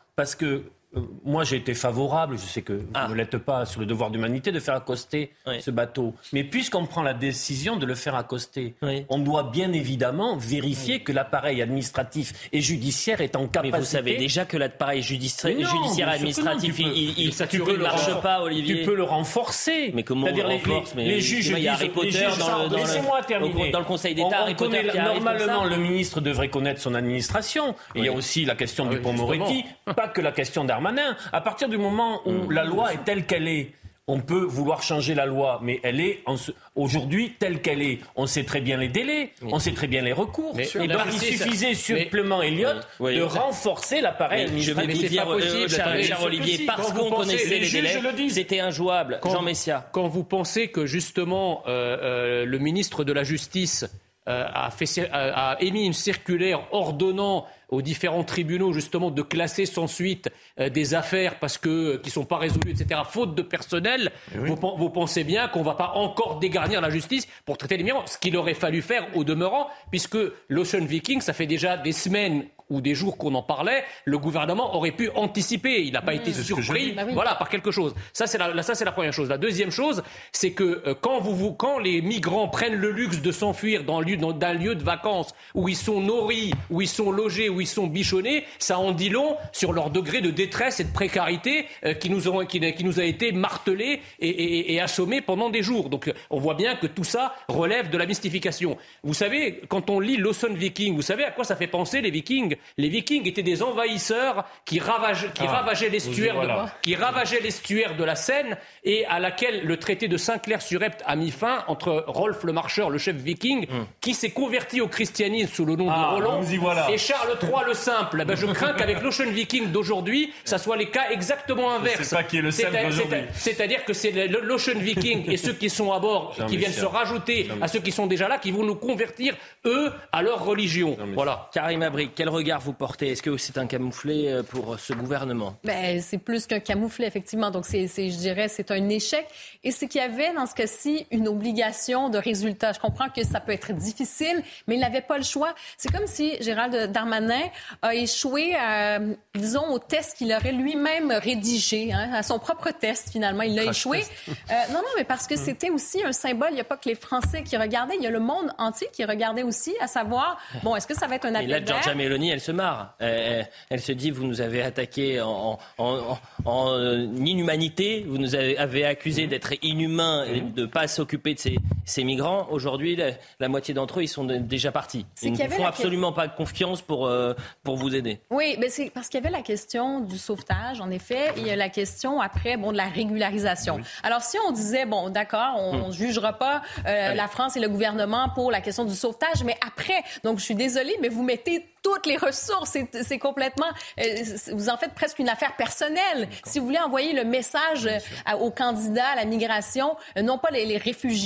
Parce que euh, moi, j'ai été favorable, je sais que vous ah. ne l'êtes pas, sur le devoir d'humanité, de faire accoster oui. ce bateau. Mais puisqu'on prend la décision de le faire accoster, oui. on doit bien évidemment vérifier oui. que l'appareil administratif et judiciaire est en capacité... Mais vous savez déjà que l'appareil judiciaire, non, judiciaire et administratif, tu peux, il, il, tu peux ne marche renfor- pas, Olivier. Tu peux le renforcer. Mais comment C'est-à-dire on le renforce les, les, les juges il y a Harry Potter dans, dans, Laissez-moi le, terminer. Dans le Conseil d'État, on, Harry Potter connaît, qui normalement, le ministre devrait connaître son administration. Oui. Il y a aussi la question du Pont-Moretti, pas que la question Darmanin. À partir du moment où mmh. la loi est telle qu'elle est, on peut vouloir changer la loi, mais elle est en ce... aujourd'hui telle qu'elle est. On sait très bien les délais, oui. on sait très bien les recours. Mais, et donc il suffisait ça... simplement, Elliott, oui. de renforcer l'appareil administratif. Mais c'est pas possible, cher, cher Olivier, parce qu'on connaissait les délais, le c'était injouable. Quand, Jean Messia. Quand vous pensez que justement euh, euh, le ministre de la Justice euh, a, fait, a, a émis une circulaire ordonnant aux différents tribunaux, justement, de classer sans suite euh, des affaires parce que, euh, qui ne sont pas résolues, et cetera, faute de personnel, oui. vous, vous pensez bien qu'on ne va pas encore dégarnir la justice pour traiter les migrants, ce qu'il aurait fallu faire au demeurant, puisque l'Ocean Viking, ça fait déjà des semaines ou des jours qu'on en parlait, le gouvernement aurait pu anticiper. Il n'a pas mmh, été surpris bah oui. voilà, par quelque chose. Ça c'est, la, ça, c'est la première chose. La deuxième chose, c'est que euh, quand, vous, vous, quand les migrants prennent le luxe de s'enfuir dans, dans, d'un lieu de vacances où ils sont nourris, où ils sont logés, où ils sont bichonnés, ça en dit long sur leur degré de détresse et de précarité euh, qui, nous ont, qui, qui nous a été martelé et, et, et assommé pendant des jours. Donc on voit bien que tout ça relève de la mystification. Vous savez, quand on lit l'Ocean Viking, vous savez à quoi ça fait penser les Vikings ? Les Vikings étaient des envahisseurs qui, ravage, qui, ah, ravageaient l'estuaire voilà. de, qui ravageaient l'estuaire de la Seine et à laquelle le traité de Saint-Clair-sur-Epte a mis fin entre Rolf le Marcheur, le chef viking, mm. qui s'est converti au christianisme sous le nom ah, de Roland, voilà. et Charles trois le Simple. Ben, je crains qu'avec l'Ocean Viking d'aujourd'hui, ça soit les cas exactement inverses. C'est pas qui est le simple c'est, aujourd'hui. C'est, c'est-à-dire que c'est l'Ocean Viking et ceux qui sont à bord, qui viennent se rajouter à ceux qui sont déjà là, qui vont nous convertir, eux, à leur religion. Voilà. Karim Abrik, quel regard vous portez ? Est-ce que c'est un camouflet pour ce gouvernement ? Ben, c'est plus qu'un camouflet, effectivement. Donc, c'est, c'est, je dirais, c'est un échec. Et c'est qu'il y avait, dans ce cas-ci, une obligation de résultat. Je comprends que ça peut être difficile, mais il n'avait pas le choix. C'est comme si Gérald Darmanin a échoué, à, disons, au test qu'il aurait lui-même rédigé, hein, à son propre test, finalement. Il l'a Crash échoué. Euh, non, non, mais parce que c'était aussi un symbole. Il n'y a pas que les Français qui regardaient, il y a le monde entier qui regardait aussi, à savoir, bon, est-ce que ça va être un appel d'air? Et là, Giorgia d'air? Meloni, elle se marre. Elle, elle se dit, vous nous avez attaqué en, en, en, en inhumanité, vous nous avez, avez accusé d'être inhumains et de ne pas s'occuper de ces, ces migrants. Aujourd'hui, la, la moitié d'entre eux, ils sont de, déjà partis. C'est ils ne font absolument la... pas confiance pour, euh, pour vous aider. Oui, mais c'est parce qu'il y avait la question du sauvetage, en effet, et il y a la question après, bon, de la régularisation. Oui. Alors, si on disait, bon, d'accord, on ne hum. jugera pas euh, oui. la France et le gouvernement pour la question du sauvetage, mais après, donc je suis désolée, mais vous mettez toutes les ressources, c'est, c'est complètement... Euh, vous en faites presque une affaire personnelle. Si vous voulez envoyer le message euh, aux candidats à la migration, euh, non pas les, les réfugiés, là, il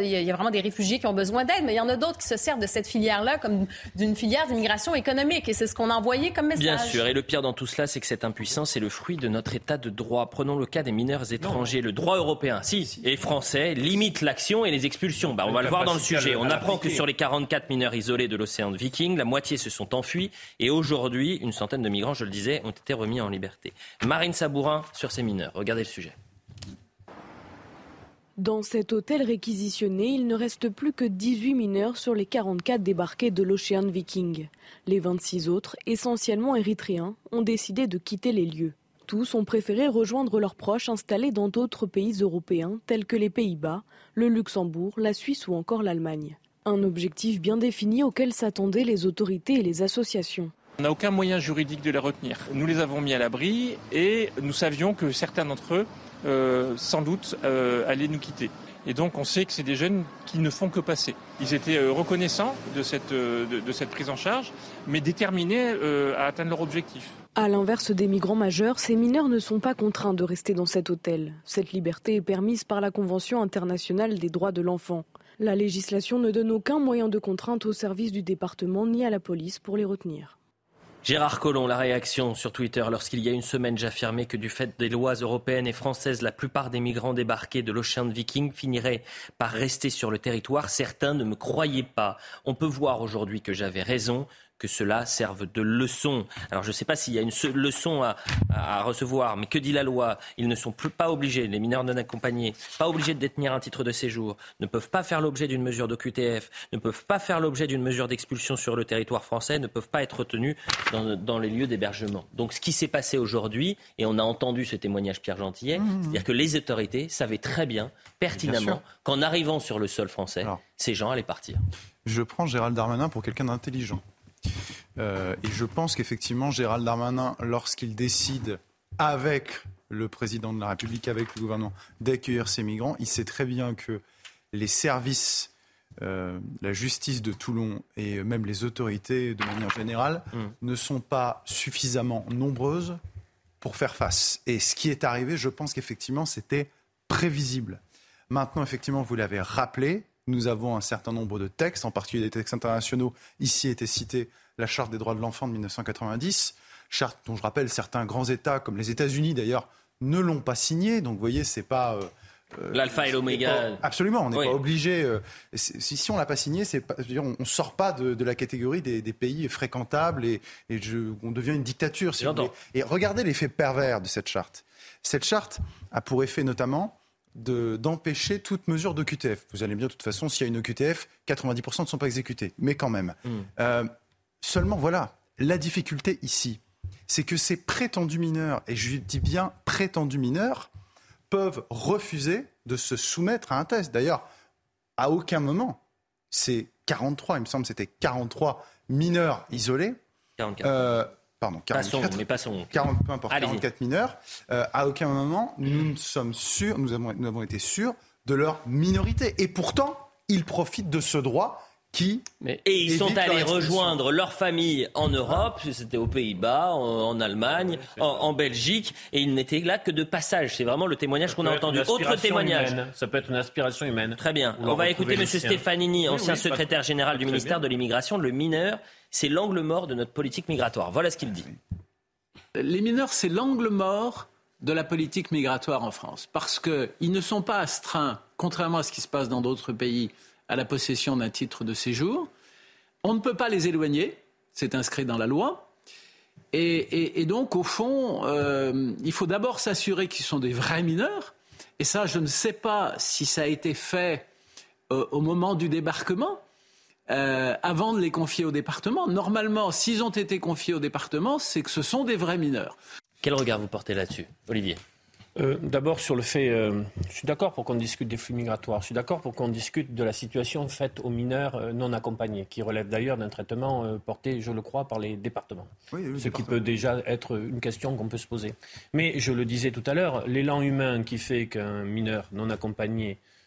il y a vraiment des réfugiés qui ont besoin d'aide, mais il y en a d'autres qui se servent de cette filière-là comme d'une filière d'immigration économique. Et c'est ce qu'on a envoyé comme message. Bien sûr. Et le pire dans tout cela, c'est que cette impuissance est le fruit de notre état de droit. Prenons le cas des mineurs étrangers. Le droit européen, si, et français, limite l'action et les expulsions. Bah, on va le voir dans le sujet. On apprend que sur les quarante-quatre mineurs isolés de l'océan de Viking, la moitié se sont enfuis. Et aujourd'hui, une centaine de migrants, je le disais, ont été remis en liberté. Marine Sabourin sur ces mineurs. Regardez le sujet. Dans cet hôtel réquisitionné, il ne reste plus que dix-huit mineurs sur les quarante-quatre débarqués de l'Ocean Viking. Les vingt-six autres, essentiellement érythréens, ont décidé de quitter les lieux. Tous ont préféré rejoindre leurs proches installés dans d'autres pays européens tels que les Pays-Bas, le Luxembourg, la Suisse ou encore l'Allemagne. Un objectif bien défini auquel s'attendaient les autorités et les associations. On n'a aucun moyen juridique de les retenir. Nous les avons mis à l'abri et nous savions que certains d'entre eux, euh, sans doute, euh, allaient nous quitter. Et donc on sait que c'est des jeunes qui ne font que passer. Ils étaient euh, reconnaissants de cette, euh, de, de cette prise en charge, mais déterminés euh, à atteindre leur objectif. À l'inverse des migrants majeurs, ces mineurs ne sont pas contraints de rester dans cet hôtel. Cette liberté est permise par la Convention internationale des droits de l'enfant. La législation ne donne aucun moyen de contrainte au service du département ni à la police pour les retenir. Gérard Collomb, la réaction sur Twitter. Lorsqu'il y a une semaine, j'affirmais que du fait des lois européennes et françaises, la plupart des migrants débarqués de l'Ocean Viking finiraient par rester sur le territoire. Certains ne me croyaient pas. On peut voir aujourd'hui que j'avais raison, que cela serve de leçon. Alors je ne sais pas s'il y a une leçon à, à recevoir, mais que dit la loi ? Ils ne sont plus pas obligés, les mineurs non accompagnés, pas obligés de détenir un titre de séjour, ne peuvent pas faire l'objet d'une mesure d'O Q T F, ne peuvent pas faire l'objet d'une mesure d'expulsion sur le territoire français, ne peuvent pas être retenus dans, dans les lieux d'hébergement. Donc ce qui s'est passé aujourd'hui, et on a entendu ce témoignage Pierre Gentillet, mmh. c'est-à-dire que les autorités savaient très bien, pertinemment, bien qu'en arrivant sur le sol français, Alors, ces gens allaient partir. Je prends Gérald Darmanin pour quelqu'un d'intelligent. Euh, et je pense qu'effectivement, Gérald Darmanin, lorsqu'il décide avec le président de la République, avec le gouvernement, d'accueillir ces migrants, il sait très bien que les services, euh, la justice de Toulon et même les autorités de manière générale mmh. ne sont pas suffisamment nombreuses pour faire face. Et ce qui est arrivé, je pense qu'effectivement, c'était prévisible. Maintenant, effectivement, vous l'avez rappelé, nous avons un certain nombre de textes, en particulier des textes internationaux. Ici était citée la Charte des droits de l'enfant de dix-neuf cent quatre-vingt-dix, charte dont je rappelle certains grands États, comme les États-Unis d'ailleurs, ne l'ont pas signée. Donc vous voyez, c'est pas... Euh, L'alpha et l'oméga. Pas, absolument, on n'est oui. pas obligé... Euh, si, si on ne l'a pas signée, c'est pas, je veux dire, on ne sort pas de, de la catégorie des, des pays fréquentables et, et je, on devient une dictature. Si vous voulez. Et regardez l'effet pervers de cette charte. Cette charte a pour effet notamment... De, d'empêcher toute mesure d'O Q T F. Vous allez bien, de toute façon, s'il y a une O Q T F, quatre-vingt-dix pour cent ne sont pas exécutés. Mais quand même. Mmh. Euh, seulement, voilà, la difficulté ici, c'est que ces prétendus mineurs, et je dis bien prétendus mineurs, peuvent refuser de se soumettre à un test. D'ailleurs, à aucun moment, c'est quarante-trois, il me semble que c'était quarante-trois mineurs isolés. quarante-quatre. Euh, Pardon, quarante-quatre, passons, mais passons. quarante, peu importe, Allez-y. quarante-quatre mineurs. Euh, à aucun moment, nous sommes sûrs, nous avons, nous avons été sûrs de leur minorité. Et pourtant, ils profitent de ce droit qui... Mais, et ils sont allés rejoindre leur famille en Europe, c'était aux Pays-Bas, en, en Allemagne, en, en Belgique, et ils n'étaient là que de passage. C'est vraiment le témoignage qu'on a entendu. Autre témoignage. Humaine. Ça peut être une aspiration humaine. Très bien. On va écouter M. Stefanini, ancien oui, oui, secrétaire général du ministère de l'Immigration. Le mineur, c'est l'angle mort de notre politique migratoire. Voilà ce qu'il dit. Les mineurs, c'est l'angle mort de la politique migratoire en France. Parce qu'ils ne sont pas astreints, contrairement à ce qui se passe dans d'autres pays, à la possession d'un titre de séjour. On ne peut pas les éloigner, c'est inscrit dans la loi. Et, et, et donc, au fond, euh, il faut d'abord s'assurer qu'ils sont des vrais mineurs. Et ça, je ne sais pas si ça a été fait euh, au moment du débarquement, euh, avant de les confier au département. Normalement, s'ils ont été confiés au département, c'est que ce sont des vrais mineurs. Quel regard vous portez là-dessus, Olivier ? Euh, d'abord, sur le fait, euh, je suis d'accord pour qu'on discute des flux migratoires. Je suis d'accord pour qu'on discute de la situation faite aux mineurs euh, non accompagnés, qui relève d'ailleurs d'un traitement euh, porté, je le crois, par les départements. Oui, oui, Ce département. qui peut déjà être une question qu'on peut se poser. Mais je le disais tout à l'heure, l'élan humain qui fait qu'un mineur non accompagné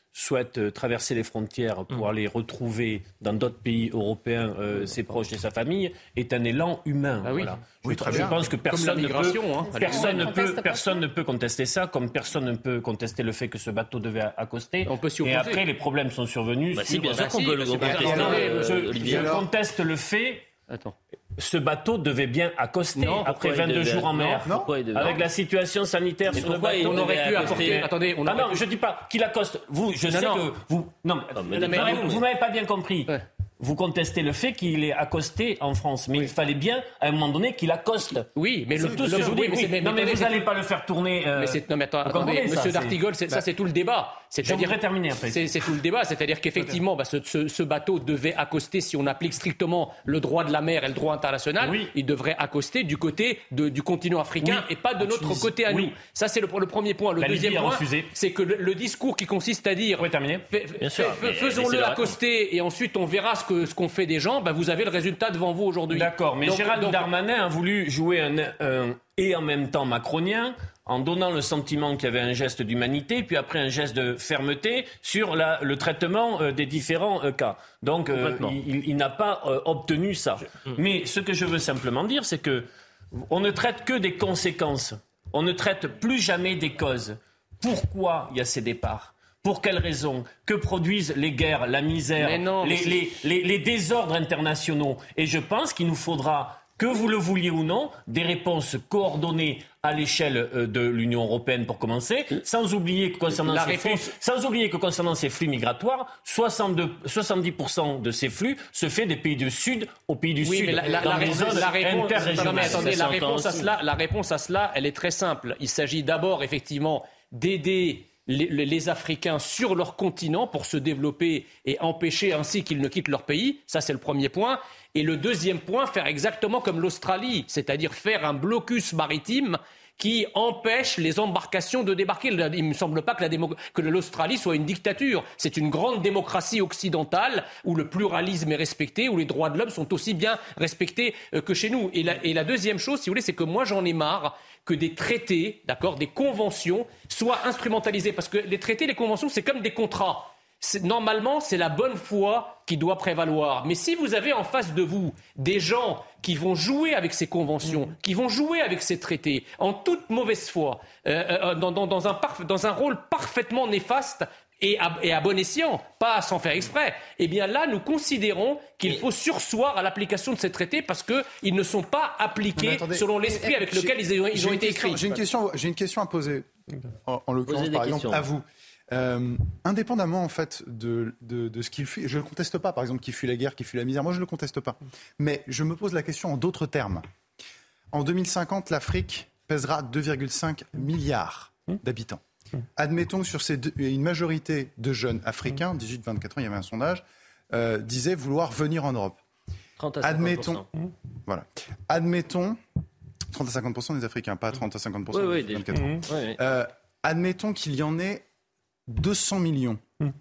souhaite traverser les frontières pour mmh. aller retrouver dans d'autres pays européens euh, ses proches et sa famille est un élan humain. Ah oui. Voilà. Oui, je, très je bien. pense que personne, ne peut, hein. personne, ne peut, personne ne peut contester ça, comme personne ne peut contester le fait que ce bateau devait accoster. On peut s'y opposer. Et après, les problèmes sont survenus. Bah sur, si, bien sûr bah, qu'on si, peut le contester. Je, je conteste le fait... Attends. Ce bateau devait bien accoster non, après vingt-deux devait... jours en mer. Non, avec la situation sanitaire mais sur le bateau. On aurait pu accoster. Attendez, on ah non, pu... je dis pas qu'il accoste. Vous, je non, sais non. que vous. Non, non mais mais mais vous, vous m'avez pas bien compris. Ouais. Vous contestez le fait qu'il est accosté en France, mais oui. il fallait bien à un moment donné qu'il accoste. Oui, mais le, tout ce le, que je vous dis. oui, mais, non, mais, mais vous n'allez c'est... pas le faire tourner. Euh... Mais c'est... Non, mais attends, attendez, ça, Monsieur c'est... D'Artigol, c'est... Bah, ça c'est tout le débat. C'est-à-dire... Je voudrais terminer après. C'est, c'est tout le débat, c'est-à-dire qu'effectivement, bah, ce, ce, ce bateau devait accoster, si on applique strictement le droit de la mer et le droit international, oui. il devrait accoster du côté de, du continent africain oui. et pas de notre Tunis. côté à oui. nous. Ça c'est le, le premier point. Le la deuxième point, refusé. c'est que le, le discours qui consiste à dire, oui, terminé. Bien sûr, mais, faisons-le mais accoster et ensuite on verra ce, que, ce qu'on fait des gens, bah, vous avez le résultat devant vous aujourd'hui. D'accord, mais donc, Gérald donc... Darmanin a voulu jouer un, un et en même temps macronien en donnant le sentiment qu'il y avait un geste d'humanité, puis après un geste de fermeté sur la, le traitement euh, des différents euh, cas. Donc euh, il, il n'a pas euh, obtenu ça. Je... Mais ce que je veux simplement dire, c'est que on ne traite que des conséquences. On ne traite plus jamais des causes. Pourquoi il y a ces départs ? Pour quelles raisons ? Que produisent les guerres, la misère, non, les, les, les, les désordres internationaux ? Et je pense qu'il nous faudra, que vous le vouliez ou non, des réponses coordonnées à l'échelle de l'Union européenne pour commencer, sans oublier que concernant, ces, réponse... flux, sans oublier que concernant ces flux migratoires, soixante-deux, soixante-dix pour cent de ces flux se fait des pays du Sud aux pays du oui, Sud. Mais la, la, dans la, les zones la, réponse, interrégionales. Non mais attendez, la réponse, à cela, la réponse à cela, elle est très simple. Il s'agit d'abord, effectivement, d'aider Les, les Africains sur leur continent pour se développer et empêcher ainsi qu'ils ne quittent leur pays. Ça, c'est le premier point. Et le deuxième point, faire exactement comme l'Australie, c'est-à-dire faire un blocus maritime qui empêche les embarcations de débarquer. Il ne me semble pas que, la démo- que l'Australie soit une dictature. C'est une grande démocratie occidentale où le pluralisme est respecté, où les droits de l'homme sont aussi bien respectés euh, que chez nous. Et la, et la deuxième chose, si vous voulez, c'est que moi, j'en ai marre que des traités, d'accord, des conventions soient instrumentalisées. Parce que les traités, les conventions, c'est comme des contrats. C'est, normalement, c'est la bonne foi qui doit prévaloir. Mais si vous avez en face de vous des gens qui vont jouer avec ces conventions, mmh. qui vont jouer avec ces traités, en toute mauvaise foi, euh, euh, dans, dans, dans, un parf- dans un rôle parfaitement néfaste, et à, et à bon escient, pas sans faire exprès, eh bien là, nous considérons qu'il faut surseoir à l'application de ces traités parce qu'ils ne sont pas appliqués attendez, selon l'esprit avec lequel ils ont, ils ont été question, écrits. J'ai une, question, j'ai une question à poser, en, en l'occurrence, par exemple, questions. à vous. Euh, indépendamment, en fait, de, de, de ce qu'il fuit, je ne le conteste pas, par exemple, qui fuit la guerre, qui fuit la misère, moi je ne le conteste pas. Mais je me pose la question en d'autres termes. En deux mille cinquante, l'Afrique pèsera deux virgule cinq milliards d'habitants. Admettons que sur ces deux, une majorité de jeunes africains, dix-huit à vingt-quatre ans, il y avait un sondage, euh, disaient vouloir venir en Europe. trente à cinquante pour cent. Admettons, voilà. Admettons, trente à cinquante pour cent des Africains, pas trente à cinquante pour cent oui, des oui, vingt-quatre ans. Oui, oui. Euh, admettons qu'il y en ait deux cents millions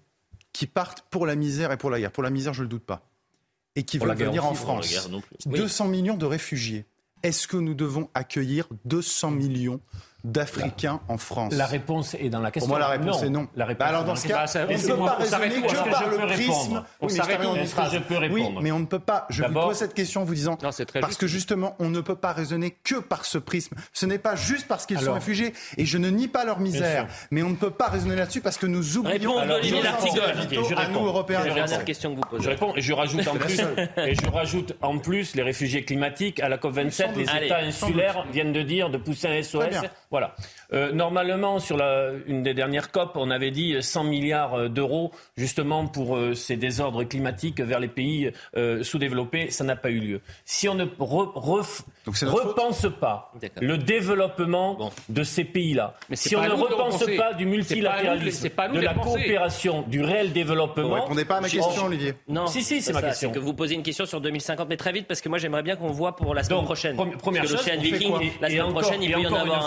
qui partent pour la misère et pour la guerre. Pour la misère, je ne le doute pas. Et qui veulent venir en France. deux cents millions de réfugiés. Est-ce que nous devons accueillir deux cents millions d'Africains en France? La réponse est dans la question. Pour moi, la réponse non. est non. La réponse bah alors, dans ce cas, on ne peut pas raisonner que par le prisme. On oui, s'arrête où Est-ce que je peux répondre? Oui, mais on ne peut pas. Je vous pose cette question en vous disant. Non, c'est très parce juste. que justement, on ne peut pas raisonner que par ce prisme. Ce n'est pas juste parce qu'ils alors, sont réfugiés. Et je ne nie pas leur misère. Mais on ne peut pas raisonner là-dessus parce que nous oublions Olivier D'Artigol. à nous, Européens. C'est la dernière question que vous posez. Je réponds et je rajoute en plus, et je rajoute en plus les réfugiés climatiques. À la COP vingt-sept, les États insulaires viennent de dire de pousser un S O S. Voilà. Euh, normalement, sur la, une des dernières COP, on avait dit cent milliards d'euros justement pour euh, ces désordres climatiques vers les pays euh, sous-développés. Ça n'a pas eu lieu. Si on ne re, re, repense faute. pas D'accord. le développement bon. de ces pays-là, mais si on ne repense pas du multilatéralisme, pas nous, de la coopération, du réel développement... Vous ne répondez pas à ma question, Olivier. Non, si, si, c'est, c'est ma ça, question. C'est que vous posez une question sur deux mille cinquante, mais très vite, parce que moi j'aimerais bien qu'on voit pour la semaine Donc, prochaine. Première parce que chose, l'Océan Viking, la semaine prochaine, il peut y en avoir un autre.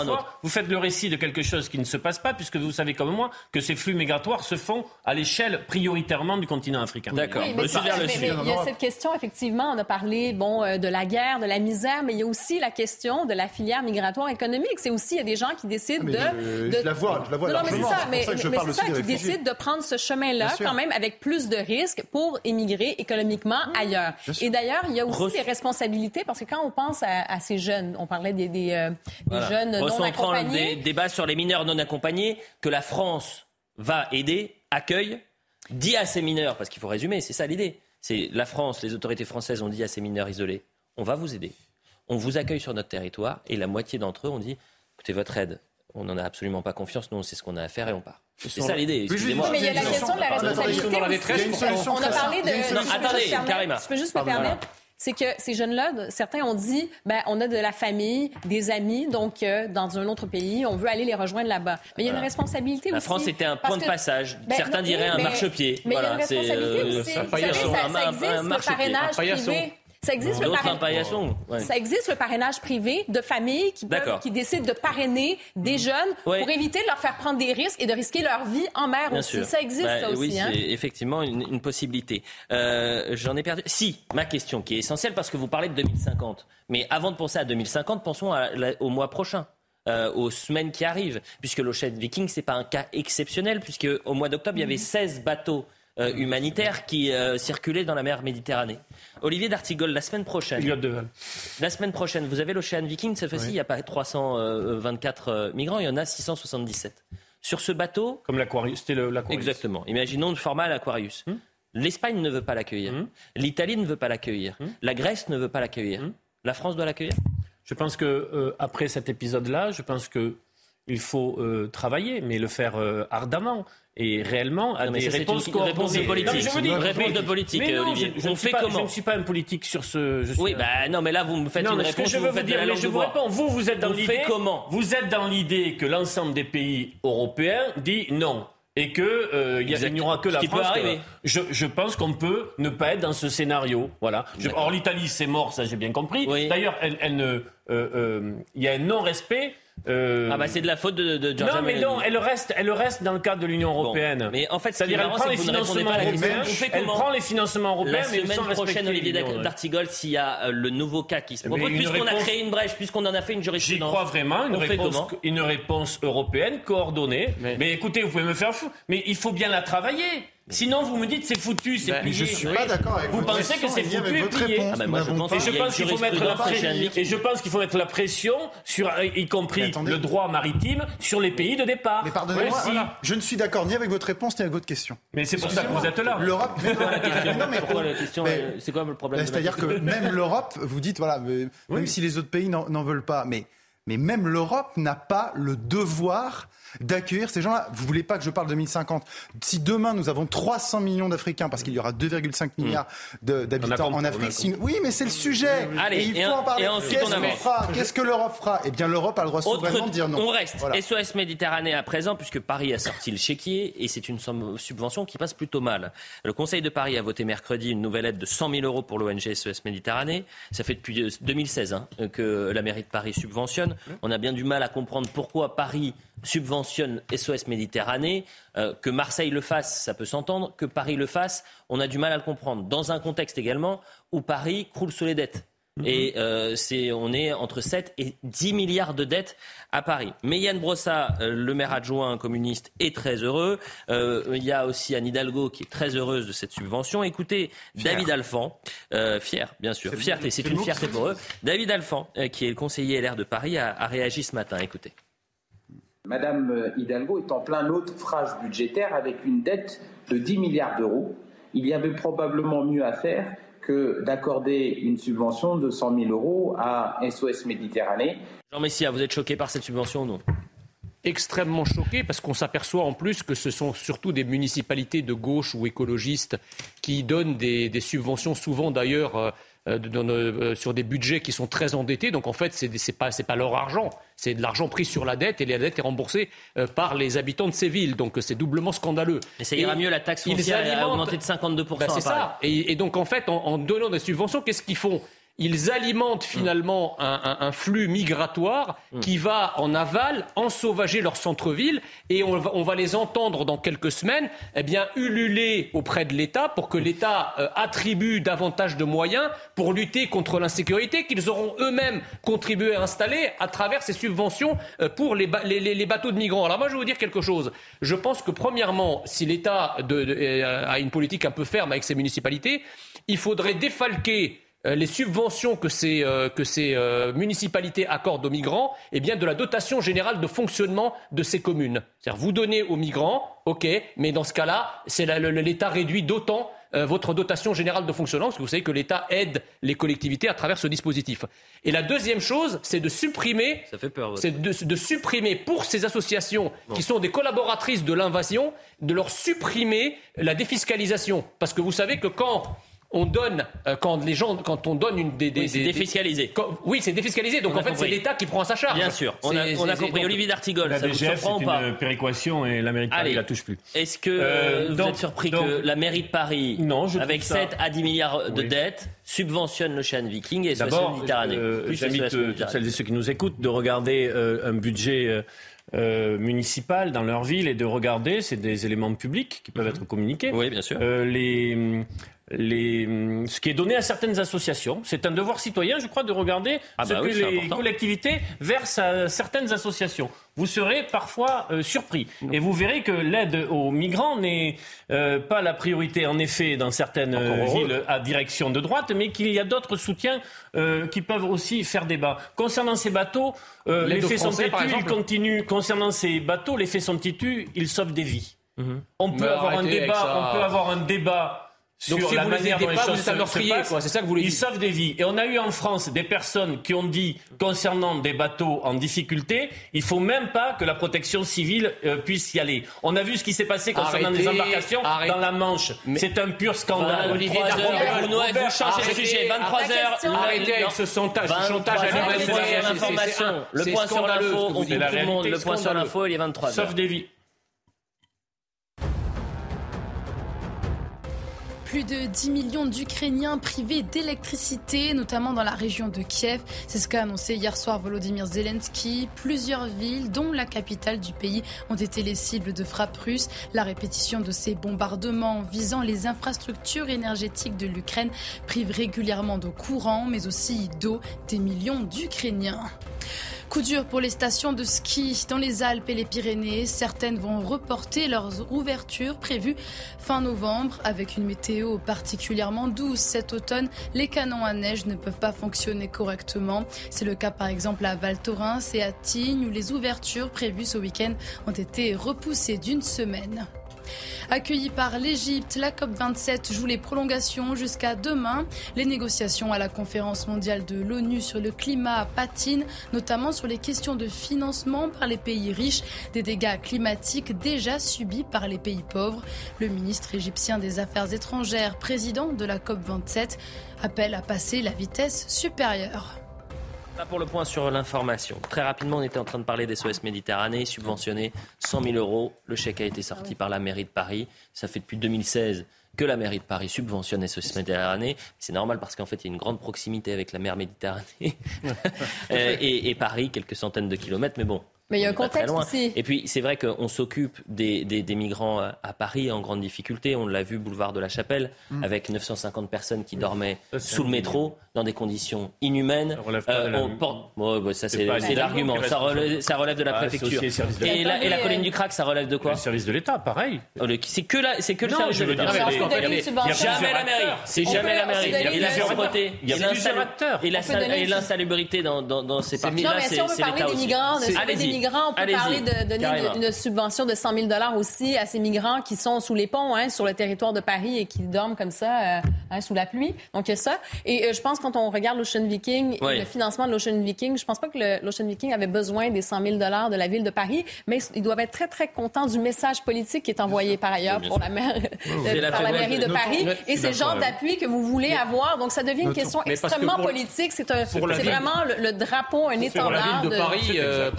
vous faites le récit de quelque chose qui ne se passe pas, puisque vous savez comme moi que ces flux migratoires se font à l'échelle prioritairement du continent africain. D'accord. Oui, mais, mais, mais, mais il y a cette question, effectivement, on a parlé bon, euh, de la guerre, de la misère, mais il y a aussi la question de la filière migratoire économique. C'est aussi, il y a des gens qui décident de... Je, de... je la vois, je la vois non, non, mais c'est ça, mais, c'est pour ça, mais, mais c'est ça qui décide de prendre ce chemin-là, quand même, avec plus de risques pour émigrer économiquement ailleurs. Et d'ailleurs, il y a aussi Re... des responsabilités, parce que quand on pense à, à ces jeunes, on parlait des, des, euh, des voilà. jeunes non accompagnés... Recentrant le dé- débat sur les mineurs non accompagnés, que la France va aider, accueille, dit à ces mineurs, parce qu'il faut résumer, c'est ça l'idée, c'est la France, les autorités françaises ont dit à ces mineurs isolés, on va vous aider, on vous accueille sur notre territoire, et la moitié d'entre eux ont dit, écoutez, votre aide, on n'en a absolument pas confiance, nous on sait ce qu'on a à faire et on part. C'est ça l'idée, excusez-moi. Mais il y a la question de la responsabilité aussi. On a parlé de... Non, attendez, Karima. Je peux juste me permettre. C'est que ces jeunes-là, certains ont dit, ben, on a de la famille, des amis, donc euh, dans un autre pays, on veut aller les rejoindre là-bas. Mais il y a une responsabilité la aussi. La France était un point que, de passage. Ben, Certains oui, diraient mais, un marchepied. Mais voilà, il y a une responsabilité c'est, aussi. euh, Vous savez, ça, ça existe, un, un le parrainage privé. Ça existe, le parrainage... ouais. ça existe le parrainage privé de familles qui, peuvent, qui décident de parrainer des jeunes ouais. pour éviter de leur faire prendre des risques et de risquer leur vie en mer Bien aussi. Sûr. Ça existe, bah, ça aussi. Oui, hein? c'est effectivement une, une possibilité. Euh, j'en ai perdu. Si, ma question qui est essentielle parce que vous parlez de deux mille cinquante. Mais avant de penser à deux mille cinquante, pensons à, à, au mois prochain. Euh, aux semaines qui arrivent. Puisque l'Ocean Viking, ce n'est pas un cas exceptionnel, puisque au mois d'octobre, mmh. il y avait seize bateaux Euh, humanitaires qui euh, circulaient dans la mer Méditerranée. Olivier d'Artigol, la semaine prochaine. La semaine prochaine, vous avez l'Ocean Viking. Cette fois-ci, oui. il n'y a pas trois cent vingt-quatre euh, migrants, il y en a six cent soixante-dix-sept. Sur ce bateau. Comme l'Aquarius, c'était le, l'Aquarius. Exactement. Imaginons le format à l'Aquarius. Hum? L'Espagne ne veut pas l'accueillir. Hum? L'Italie ne veut pas l'accueillir. Hum? La Grèce ne veut pas l'accueillir. Hum? La France doit l'accueillir. Je pense que euh, après cet épisode-là, je pense que il faut euh, travailler, mais le faire euh, ardemment. Et réellement, à non, des ça, réponses une, une réponse de politique. Non, je vous dis, une réponse de politique, mais non, Olivier. Je, je, on ne fait pas, comment je ne suis pas un politique sur ce. Je suis oui, un... bah non, mais là vous me faites non, une mais réponse. Ce que je veux vous dire, mais je vous réponds. Vous, vous êtes dans on l'idée. Fait comment Vous êtes dans l'idée que l'ensemble des pays européens dit non. Et qu'il euh, n'y aura que la qui France. Peut arriver. Je, je pense qu'on peut ne pas être dans ce scénario. Voilà. Je, or, l'Italie, c'est mort, ça j'ai bien compris. Oui. D'ailleurs, elle, elle ne, il euh, euh, y a un non-respect. Euh... Ah bah c'est de la faute de, de Giorgia Non mais non, elle reste, elle reste dans le cadre de l'Union européenne. Bon, mais en fait, c'est-à-dire elle prend les financements européens. Elle prend les financements européens, la mais semaine sans prochaine, Olivier l'Union, d'Artigol, s'il y a euh, le nouveau cas qui se propose, puisqu'on réponse... a créé une brèche, puisqu'on en a fait une jurisprudence. J'y crois vraiment, une, réponse, une réponse européenne coordonnée. Mais... mais écoutez, vous pouvez me faire fou, mais il faut bien la travailler. Sinon, vous me dites c'est foutu, c'est ben, plié. Je suis pas d'accord avec vous. Vous pensez que c'est foutu et plié. Ah ben moi, je pense et je pense qu'il faut mettre la pression. Et je pense qu'il faut mettre la pression sur, y compris le droit maritime, sur les pays de départ. Mais pardonnez-moi, ouais, voilà. Je ne suis d'accord ni avec votre réponse ni avec votre question. Mais c'est pour ça que vous êtes là. L'Europe. Non, mais pourquoi la question C'est quoi le problème? C'est-à-dire que même l'Europe, vous dites voilà, même si les autres pays n'en veulent pas, mais mais même l'Europe n'a pas le devoir d'accueillir ces gens-là. Vous voulez pas que je parle de deux mille cinquante. Si demain nous avons trois cents millions d'Africains, parce qu'il y aura deux virgule cinq milliards de, d'habitants en Afrique, si... oui, mais c'est le sujet. Allez, et il faut et en parler. Et ensuite, Qu'est-ce, on qu'on fera Qu'est-ce que l'Europe fera Eh bien, l'Europe a le droit souverainement de dire non. On reste. Voilà. S O S Méditerranée à présent, puisque Paris a sorti le chéquier et c'est une subvention qui passe plutôt mal. Le Conseil de Paris a voté mercredi une nouvelle aide de cent mille euros pour l'O N G S O S Méditerranée. Ça fait depuis deux mille seize hein, que la mairie de Paris subventionne. On a bien du mal à comprendre pourquoi Paris subventionne S O S Méditerranée, euh, que Marseille le fasse, ça peut s'entendre, que Paris le fasse, on a du mal à le comprendre. Dans un contexte également où Paris croule sous les dettes. Mmh. Et euh, c'est, on est entre sept et dix milliards de dettes à Paris. Mais Yann Brossat, euh, le maire adjoint communiste, est très heureux. Euh, il y a aussi Anne Hidalgo qui est très heureuse de cette subvention. Écoutez, fier. David Alphand, euh, fier, bien sûr, c'est fierté, c'est, c'est une fierté pour eux. David Alphand, euh, qui est le conseiller L R de Paris, a, a réagi ce matin. Écoutez. Madame Hidalgo est en plein naufrage budgétaire avec une dette de dix milliards d'euros. Il y avait probablement mieux à faire que d'accorder une subvention de cent mille euros à S O S Méditerranée. Jean Messia, vous êtes choqué par cette subvention ou non ? Extrêmement choqué parce qu'on s'aperçoit en plus que ce sont surtout des municipalités de gauche ou écologistes qui donnent des, des subventions, souvent d'ailleurs euh, euh, de, euh, sur des budgets qui sont très endettés. Donc en fait, c'est, c'est pas, c'est pas leur argent, c'est de l'argent pris sur la dette et la dette est remboursée euh, par les habitants de ces villes. Donc c'est doublement scandaleux. Mais ça ira et mieux, la taxe foncière a augmenté de cinquante-deux pour cent. Ben, c'est ça. Et, et donc en fait, en, en donnant des subventions, qu'est-ce qu'ils font ? ils alimentent finalement un, un, un flux migratoire qui va en aval ensauvager leur centre-ville et on va, on va les entendre dans quelques semaines eh bien, ululer auprès de l'État pour que l'État euh, attribue davantage de moyens pour lutter contre l'insécurité qu'ils auront eux-mêmes contribué à installer à travers ces subventions euh, pour les, ba- les, les, les bateaux de migrants. Alors moi je vais vous dire quelque chose. Je pense que premièrement, si l'État de, de, euh, a une politique un peu ferme avec ses municipalités, il faudrait défalquer les subventions que ces, euh, que ces euh, municipalités accordent aux migrants, eh bien de la dotation générale de fonctionnement de ces communes. C'est-à-dire vous donnez aux migrants, ok, mais dans ce cas-là, c'est la, le, l'État réduit d'autant euh, votre dotation générale de fonctionnement, parce que vous savez que l'État aide les collectivités à travers ce dispositif. Et la deuxième chose, c'est de supprimer, Ça fait peur, c'est de, de supprimer pour ces associations bon. qui sont des collaboratrices de l'invasion, de leur supprimer la défiscalisation. Parce que vous savez que quand on donne, euh, quand les gens, quand on donne une des... des oui, c'est des, défiscalisé. Des, quand, oui, c'est défiscalisé, donc on en fait compris. c'est l'État qui prend à sa charge. Bien sûr, on a, on a compris. Donc, Olivier d'Artigol, la ça D G F, vous surprend ou pas? c'est une péréquation et la mairie de Paris Allez, la touche plus. Est-ce que euh, vous donc, êtes surpris donc, que la mairie de Paris, non, je avec ça... sept à dix milliards de oui. dettes, subventionne l'Ocean Viking et S O S D'abord, Méditerranée? euh, j'invite euh, toutes celles et ceux qui nous écoutent de regarder euh, un budget euh, euh, municipal dans leur ville et de regarder, c'est des éléments publics qui peuvent mm-hmm. être communiqués. Oui, bien sûr. Euh, les... Les, ce qui est donné à certaines associations. C'est un devoir citoyen, je crois, de regarder ah ce bah que oui, les important. collectivités versent à certaines associations. Vous serez parfois euh, surpris. Et vous verrez que l'aide aux migrants n'est euh, pas la priorité, en effet, dans certaines euh, villes à direction de droite, mais qu'il y a d'autres soutiens euh, qui peuvent aussi faire débat. Concernant ces bateaux, euh, les faits sont têtus, ils continuent. Concernant ces bateaux, les faits sont têtus, ils sauvent des vies. Mm-hmm. On peut avoir un débat, on peut avoir un débat. Donc sur si la vous manière les aidez dont pas, les vous êtes un meurtrier, quoi. C'est ça que vous voulez dire. Ils sauvent des vies. Et on a eu en France des personnes qui ont dit, concernant des bateaux en difficulté, il faut même pas que la protection civile euh, puisse y aller. On a vu ce qui s'est passé concernant arrêtez, des embarcations arrêtez. dans la Manche. Mais c'est un pur scandale. Voilà, Olivier D'Artigol, vous, vous changez le sujet. vingt-trois heures. Arrêtez avec ce chantage, ce chantage à l'humanité. Le point sur l'information, le point sur l'info, on dit tout le monde. Le point sur l'info, il est vingt-trois heures. Sauve des vies. Plus de dix millions d'Ukrainiens privés d'électricité, notamment dans la région de Kiev. C'est ce qu'a annoncé hier soir Volodymyr Zelensky. Plusieurs villes, dont la capitale du pays, ont été les cibles de frappes russes. La répétition de ces bombardements visant les infrastructures énergétiques de l'Ukraine prive régulièrement de courant, mais aussi d'eau des millions d'Ukrainiens. Coup dur pour les stations de ski dans les Alpes et les Pyrénées. Certaines vont reporter leurs ouvertures prévues fin novembre. Avec une météo particulièrement douce cet automne, les canons à neige ne peuvent pas fonctionner correctement. C'est le cas par exemple à Val Thorens et à Tignes où les ouvertures prévues ce week-end ont été repoussées d'une semaine. Accueillie par l'Égypte, la COP vingt-sept joue les prolongations jusqu'à demain. Les négociations à la conférence mondiale de l'ONU sur le climat patinent, notamment sur les questions de financement par les pays riches, des dégâts climatiques déjà subis par les pays pauvres. Le ministre égyptien des Affaires étrangères, président de la COP vingt-sept, appelle à passer la vitesse supérieure. Là pour le point sur l'information. Très rapidement, on était en train de parler des S O S Méditerranée, subventionné cent mille euros. Le chèque a été sorti ah oui. par la mairie de Paris. Ça fait depuis deux mille seize que la mairie de Paris subventionne S O S Méditerranée. C'est normal parce qu'en fait, il y a une grande proximité avec la mer Méditerranée et, et Paris, quelques centaines de kilomètres. Mais bon, mais il y a un contexte aussi. Et puis, c'est vrai qu'on s'occupe des, des, des migrants à Paris en grande difficulté. On l'a vu, boulevard de la Chapelle, mmh. avec neuf cent cinquante personnes qui dormaient ça, sous le métro, dans des conditions inhumaines. Ça, euh, la... porte... oh, bah, ça c'est, c'est, c'est l'argument. Ça relève, ça relève de la ah, préfecture. De et, la, et la colline du Crac, ça relève de quoi? Le service de l'État, pareil. C'est que, la, c'est que le non, service de l'État. Jamais la mairie. C'est jamais la mairie. Et la pauvreté. Et l'insalubrité dans ces parties-là. Non, mais si on veut parler des migrants, des migrants, on peut parler de donner une subvention de cent mille dollars aussi à ces migrants qui sont sous les ponts, hein, sur le territoire de Paris et qui dorment comme ça, euh, hein, sous la pluie. Donc, il y a ça. Et euh, je pense quand on regarde l'Ocean Viking, oui. et le financement de l'Ocean Viking, je pense pas que le, l'Ocean Viking avait besoin des cent mille dollars de la ville de Paris, mais ils doivent être très, très contents du message politique qui est envoyé par ailleurs pour la maire, oui, euh, par la mairie de Paris. Et c'est le genre d'appui que vous voulez mais, avoir. Donc, ça devient une question extrêmement politique. C'est, un, c'est vraiment le, le drapeau, un étendard. Pour la ville de Paris, euh, pour la ville de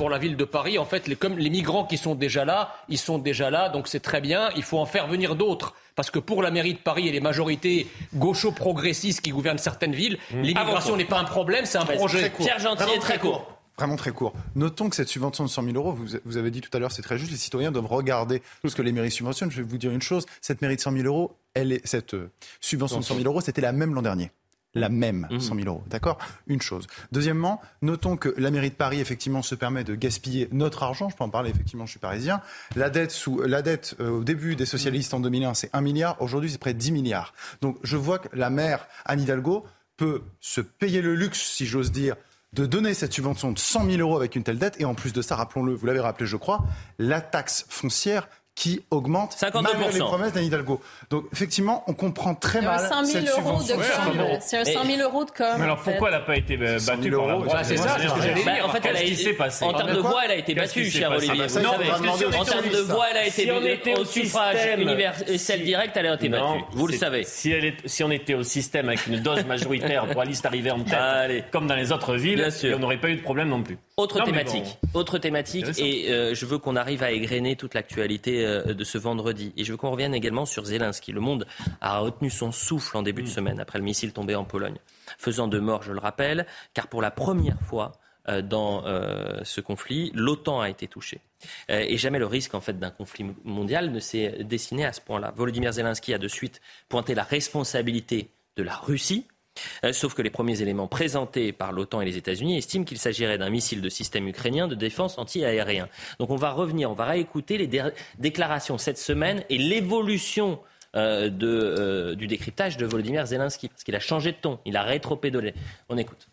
de Paris, en fait, les, comme les migrants qui sont déjà là, ils sont déjà là, donc c'est très bien, il faut en faire venir d'autres. Parce que pour la mairie de Paris et les majorités gaucho-progressistes qui gouvernent certaines villes, mmh. l'immigration n'est pas un problème, c'est un ouais, projet. Pierre Gentillet, très court. Vraiment très court. Notons que cette subvention de cent mille euros, vous, vous avez dit tout à l'heure, c'est très juste, les citoyens doivent regarder tout ce que les mairies subventionnent. Je vais vous dire une chose, cette mairie de cent mille euros, elle est, cette euh, subvention de cent mille euros, c'était la même l'an dernier. La même, mmh. cent mille euros, d'accord ? Une chose. Deuxièmement, notons que la mairie de Paris, effectivement, se permet de gaspiller notre argent. Je peux en parler, effectivement, je suis parisien. La dette, sous, la dette euh, au début des socialistes en deux mille un, c'est un milliard. Aujourd'hui, c'est près de dix milliards. Donc, je vois que la maire, Anne Hidalgo, peut se payer le luxe, si j'ose dire, de donner cette subvention de cent mille euros avec une telle dette. Et en plus de ça, rappelons-le, vous l'avez rappelé, je crois, la taxe foncière qui augmente malgré les promesses d'Anne Hidalgo. Donc, effectivement, on comprend très mal cette subvention. C'est un cent mille euros de com. Mais alors, pourquoi elle n'a pas été battue par la voix ? C'est ça, c'est ce que j'allais dire. En fait, elle a été, en termes de voix, elle a été battue, cher Olivier. Vous savez, en termes de voix, elle a été battue. Au suffrage universel direct, elle a été battue. Vous le savez. Si on était au système avec une dose majoritaire pour la liste arrivée en tête, comme dans les autres villes, on n'aurait pas eu de problème non plus. Autre non, thématique, bon. autre thématique, et euh, je veux qu'on arrive à égrener toute l'actualité euh, de ce vendredi. Et je veux qu'on revienne également sur Zelensky. Le monde a retenu son souffle en début mmh. de semaine après le missile tombé en Pologne, faisant deux morts, je le rappelle, car pour la première fois euh, dans euh, ce conflit, l'OTAN a été touchée. Euh, et jamais le risque en fait d'un conflit mondial ne s'est dessiné à ce point-là. Volodymyr Zelensky a de suite pointé la responsabilité de la Russie. Euh, sauf que les premiers éléments présentés par l'OTAN et les États-Unis estiment qu'il s'agirait d'un missile de système ukrainien de défense anti-aérien. Donc on va revenir, on va réécouter les dé- déclarations cette semaine et l'évolution euh, de, euh, du décryptage de Volodymyr Zelensky, parce qu'il a changé de ton, il a rétropédalé. On écoute.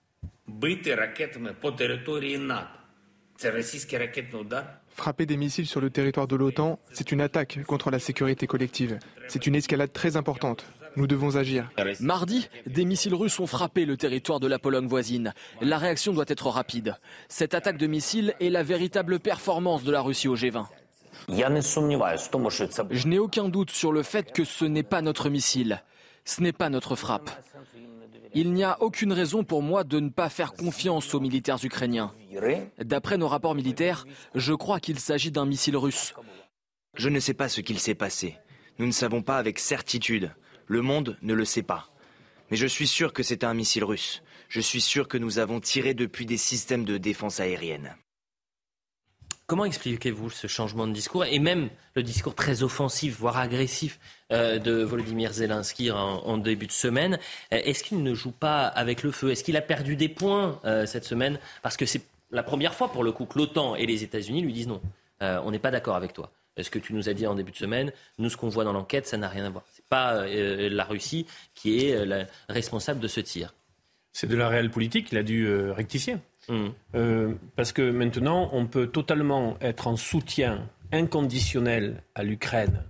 Frapper des missiles sur le territoire de l'OTAN, c'est une attaque contre la sécurité collective. C'est une escalade très importante. Nous devons agir. Mardi, des missiles russes ont frappé le territoire de la Pologne voisine. La réaction doit être rapide. Cette attaque de missiles est la véritable performance de la Russie au G vingt. Je n'ai aucun doute sur le fait que ce n'est pas notre missile. Ce n'est pas notre frappe. Il n'y a aucune raison pour moi de ne pas faire confiance aux militaires ukrainiens. D'après nos rapports militaires, je crois qu'il s'agit d'un missile russe. Je ne sais pas ce qu'il s'est passé. Nous ne savons pas avec certitude. Le monde ne le sait pas. Mais je suis sûr que c'est un missile russe. Je suis sûr que nous avons tiré depuis des systèmes de défense aérienne. Comment expliquez-vous ce changement de discours et même le discours très offensif, voire agressif euh, de Volodymyr Zelensky en, en début de semaine ? Est-ce qu'il ne joue pas avec le feu ? Est-ce qu'il a perdu des points euh, cette semaine ? Parce que c'est la première fois pour le coup que l'OTAN et les États-Unis lui disent non, euh, on n'est pas d'accord avec toi. Ce que tu nous as dit en début de semaine, nous, ce qu'on voit dans l'enquête, ça n'a rien à voir. Ce n'est pas euh, la Russie qui est euh, la responsable de ce tir. C'est de la réelle politique, il a dû euh, rectifier. Mmh. Euh, parce que maintenant, on peut totalement être en soutien inconditionnel à l'Ukraine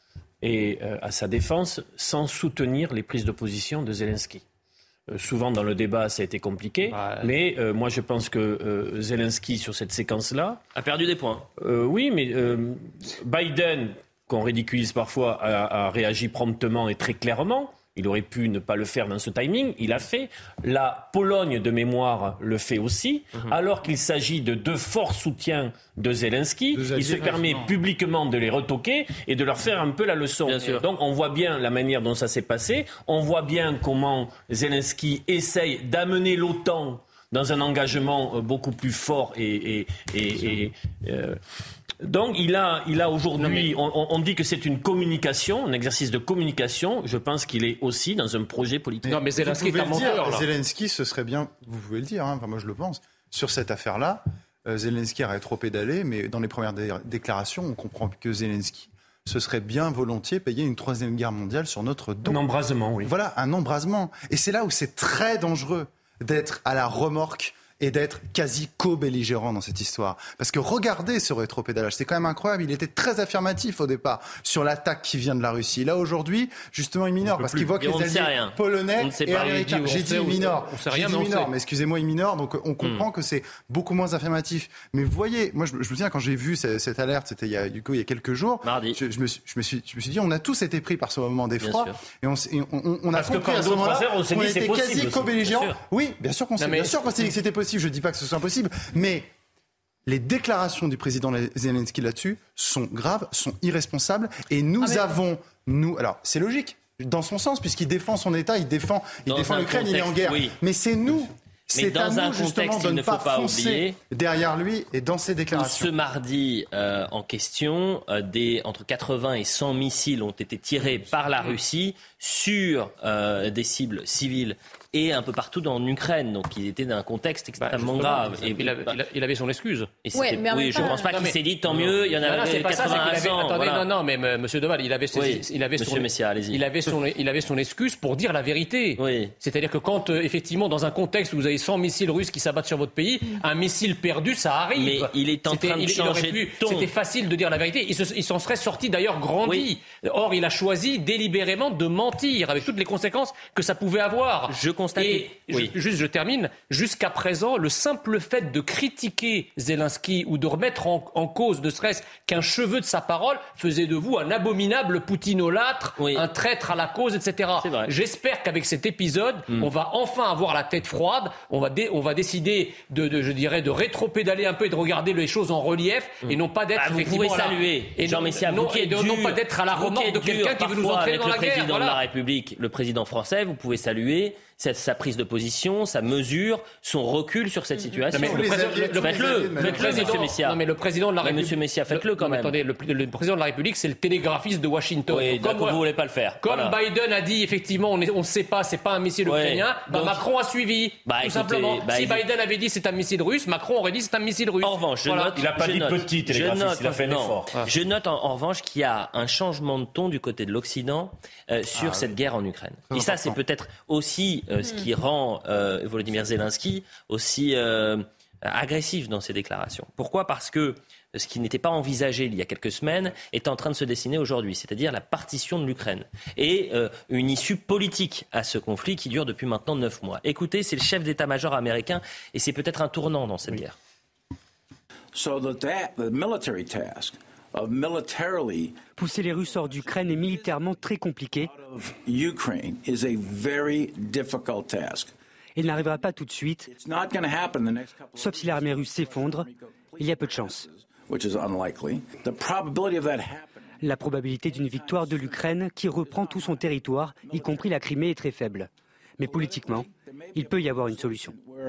et euh, à sa défense sans soutenir les prises de position de Zelensky. Euh, souvent dans le débat, ça a été compliqué, ouais. mais euh, moi je pense que euh, Zelensky, sur cette séquence-là... a perdu des points. Euh, oui, mais euh, Biden, qu'on ridiculise parfois, a, a réagi promptement et très clairement. Il aurait pu ne pas le faire dans ce timing. Il a fait. La Pologne, de mémoire, le fait aussi. Mmh. Alors qu'il s'agit de deux forts soutiens de Zelensky, de il se permet publiquement de les retoquer et de leur faire un peu la leçon. Donc on voit bien la manière dont ça s'est passé. On voit bien comment Zelensky essaye d'amener l'OTAN dans un engagement beaucoup plus fort et... et, et, et euh, donc il a, il a aujourd'hui, mais... on, on dit que c'est une communication, un exercice de communication. Je pense qu'il est aussi dans un projet politique. Non, mais Zelensky est un menteur. Zelensky, ce serait bien, vous pouvez le dire, hein, enfin moi je le pense, sur cette affaire-là, euh, Zelensky a rétropédalé, mais dans les premières dé- déclarations, on comprend que Zelensky ce serait bien volontiers payer une troisième guerre mondiale sur notre dos. Un embrasement, oui. Voilà, un embrasement. Et c'est là où c'est très dangereux d'être à la remorque et d'être quasi co-belligérant dans cette histoire. Parce que regardez ce rétropédalage, c'est quand même incroyable. Il était très affirmatif au départ sur l'attaque qui vient de la Russie. Là, aujourd'hui, justement, il minore parce qu'il voit que les alliés polonais et américains... J'ai dit il minore, j'ai dit minore, mais excusez-moi, il minore. Donc on comprend hmm. que c'est beaucoup moins affirmatif. Mais vous voyez, moi, je, je me souviens quand j'ai vu cette, cette alerte, c'était il y a, du coup, il y a quelques jours, Mardi. Je, je, me, je, me suis, je me suis dit, on a tous été pris par ce moment d'effroi. Et on, et on, on, on a parce compris que à ce moment-là on, on était quasi co-belligérants. Oui, bien sûr qu'on s'est, bien sûr qu'on s'est dit que c'était possible. Je dis pas que ce soit impossible, mais les déclarations du président Zelensky là-dessus sont graves, sont irresponsables. Et nous ah mais... avons, nous, alors c'est logique, dans son sens, puisqu'il défend son État, il défend, il défend l'Ukraine, il est en guerre. Oui. Mais c'est nous. Mais c'est dans à nous, un contexte, de il ne ne faut pas, pas foncer oublier derrière lui et dans ses déclarations. Ce mardi euh, en question, euh, des, entre quatre-vingts et cent missiles ont été tirés par la Russie sur euh, des cibles civiles et un peu partout dans l'Ukraine. Donc il était dans un contexte extrêmement bah, grave. Et, il, avait, il avait son excuse. Et ouais, mais oui, je ne pense pas non, qu'il mais... s'est dit tant mieux, il y en avait quatre-vingts à cent. Attendez, voilà. non, non, mais M. Deval, il avait, oui, il avait son, Messia, allez-y. Il avait son, il avait son excuse pour dire la vérité. Oui. C'est-à-dire que quand, euh, effectivement, dans un contexte où vous avez cent missiles russes qui s'abattent sur votre pays, un missile perdu, ça arrive. Mais il est en train de il, changer il de ton. C'était facile de dire la vérité. Il, se, il s'en serait sorti d'ailleurs grandi. Oui. Or, il a choisi délibérément de mentir avec toutes les conséquences que ça pouvait avoir. Je constate. Et oui. je, juste, je termine. Jusqu'à présent, le simple fait de critiquer Zelensky ou de remettre en, en cause, ne serait-ce qu'un cheveu de sa parole, faisait de vous un abominable poutinolâtre, oui. un traître à la cause, et cetera. J'espère qu'avec cet épisode, mm. on va enfin avoir la tête froide. On va, dé, on va décider de, de, je dirais, de rétropédaler un peu et de regarder les choses en relief mm. et non pas d'être. Ah, vous pouvez saluer et Jean Messia, non, vous qui êtes et de, non pas d'être à la remorque de quelqu'un qui veut nous entraîner dans la guerre. Le président voilà. de la République, le président français, vous pouvez saluer sa, sa prise de position, sa mesure, son recul sur cette situation. Non, mais le président, le, faites-le, le, faites-le, monsieur Messia. Non, mais le président de la République, monsieur Messia, faites-le quand non, même. Attendez, le, le président de la République, c'est le télégraphiste de Washington. Oui, comme vous voulez pas le faire. Comme voilà. Biden a dit, effectivement, on ne sait pas, c'est pas un missile ouais. ukrainien. Bah, donc, Macron a suivi, bah, tout écoutez, simplement. Bah, si Biden avait dit c'est un missile russe, Macron aurait dit c'est un missile russe. En revanche, je voilà. note, il n'a pas dit note, petit télégraphiste, il a fait un effort. Je note en, en revanche qu'il y a un changement de ton du côté de l'Occident euh, sur ah, cette oui. guerre en Ukraine. Et ça, c'est peut-être aussi euh, ce qui rend euh, Volodymyr Zelensky aussi euh, agressif dans ses déclarations. Pourquoi ? Parce que ce qui n'était pas envisagé il y a quelques semaines est en train de se dessiner aujourd'hui, c'est-à-dire la partition de l'Ukraine et euh, une issue politique à ce conflit qui dure depuis maintenant neuf mois. Écoutez, c'est le chef d'état-major américain et c'est peut-être un tournant dans cette oui. guerre. So that the military task of militarily Pousser les Russes hors d'Ukraine est militairement très compliqué. Ukraine is a very difficult task. Il n'arrivera pas tout de suite, sauf si l'armée russe s'effondre. Il y a peu de chance. La probabilité d'une victoire de l'Ukraine qui reprend tout son territoire, y compris la Crimée, est très faible. Mais politiquement, il peut y avoir une solution.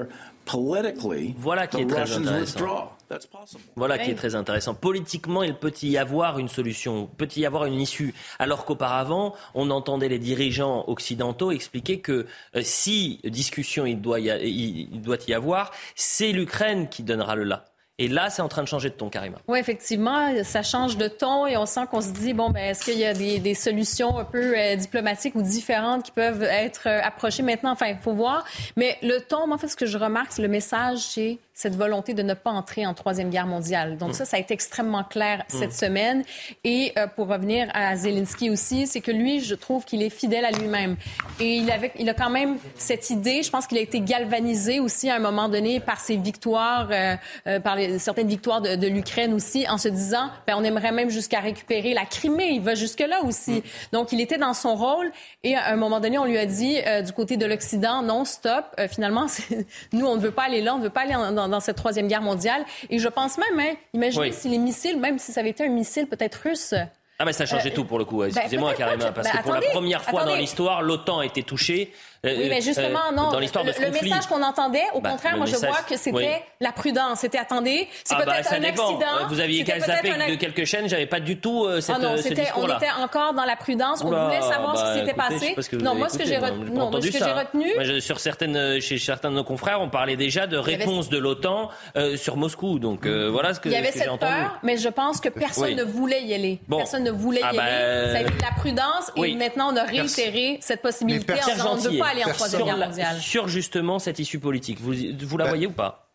Voilà qui est très intéressant. Voilà qui est très intéressant. Politiquement, il peut y avoir une solution, peut y avoir une issue. Alors qu'auparavant, on entendait les dirigeants occidentaux expliquer que euh, si discussion il doit, y a, il doit y avoir, c'est l'Ukraine qui donnera le là. Et là, c'est en train de changer de ton, Karima. Oui, effectivement, ça change de ton et on sent qu'on se dit, bon, ben, est-ce qu'il y a des, des solutions un peu euh, diplomatiques ou différentes qui peuvent être euh, approchées maintenant? Enfin, il faut voir. Mais le ton, moi, en fait, ce que je remarque, c'est le message, c'est cette volonté de ne pas entrer en Troisième Guerre mondiale. Donc mmh. ça, ça a été extrêmement clair mmh. cette semaine. Et euh, pour revenir à Zelensky aussi, c'est que lui, je trouve qu'il est fidèle à lui-même. Et il, avait, il a quand même cette idée, je pense qu'il a été galvanisé aussi à un moment donné par ses victoires, euh, euh, par les, certaines victoires de, de l'Ukraine aussi, en se disant, ben, on aimerait même jusqu'à récupérer la Crimée. Il va jusque-là aussi. Mmh. Donc, il était dans son rôle. Et à un moment donné, on lui a dit, euh, du côté de l'Occident, non, stop. Euh, finalement, c'est, nous, on ne veut pas aller là, on ne veut pas aller en, dans dans cette Troisième Guerre mondiale. Et je pense même, hein, imaginez oui. si les missiles, même si ça avait été un missile peut-être russe... Ah ben ça changeait euh, tout pour le coup, excusez-moi ben, Karima, parce ben, que pour attendez, la première fois attendez. dans l'histoire, l'OTAN a été touchée. Oui, mais justement, euh, non. Dans l'histoire de ce le, le conflit. message qu'on entendait, au bah, contraire, moi, message, je vois que c'était oui. la prudence. C'était, attendez, c'est ah peut-être bah, un dépend. accident. Vous aviez qu'à zapper un... de quelques chaînes, j'avais pas du tout euh, cette, ah non, ce discours-là. On était encore dans la prudence. Oula, on voulait savoir bah, ce qui s'était écoutez, passé. Non, moi, ce que j'ai retenu, non, moi, ce que j'ai retenu. Moi, je, sur certaines, chez certains de nos confrères, on parlait déjà de réponse de l'OTAN euh, sur Moscou. Donc euh, voilà ce que j'ai entendu. Il y avait cette peur, mais je pense que personne ne voulait y aller. Personne ne voulait y aller. Ça a été de la prudence et maintenant on a réitéré cette possibilité en disant on ne veut pas aller en Troisième Guerre mondiale. Sur justement cette issue politique, vous, vous la bah, voyez ou pas?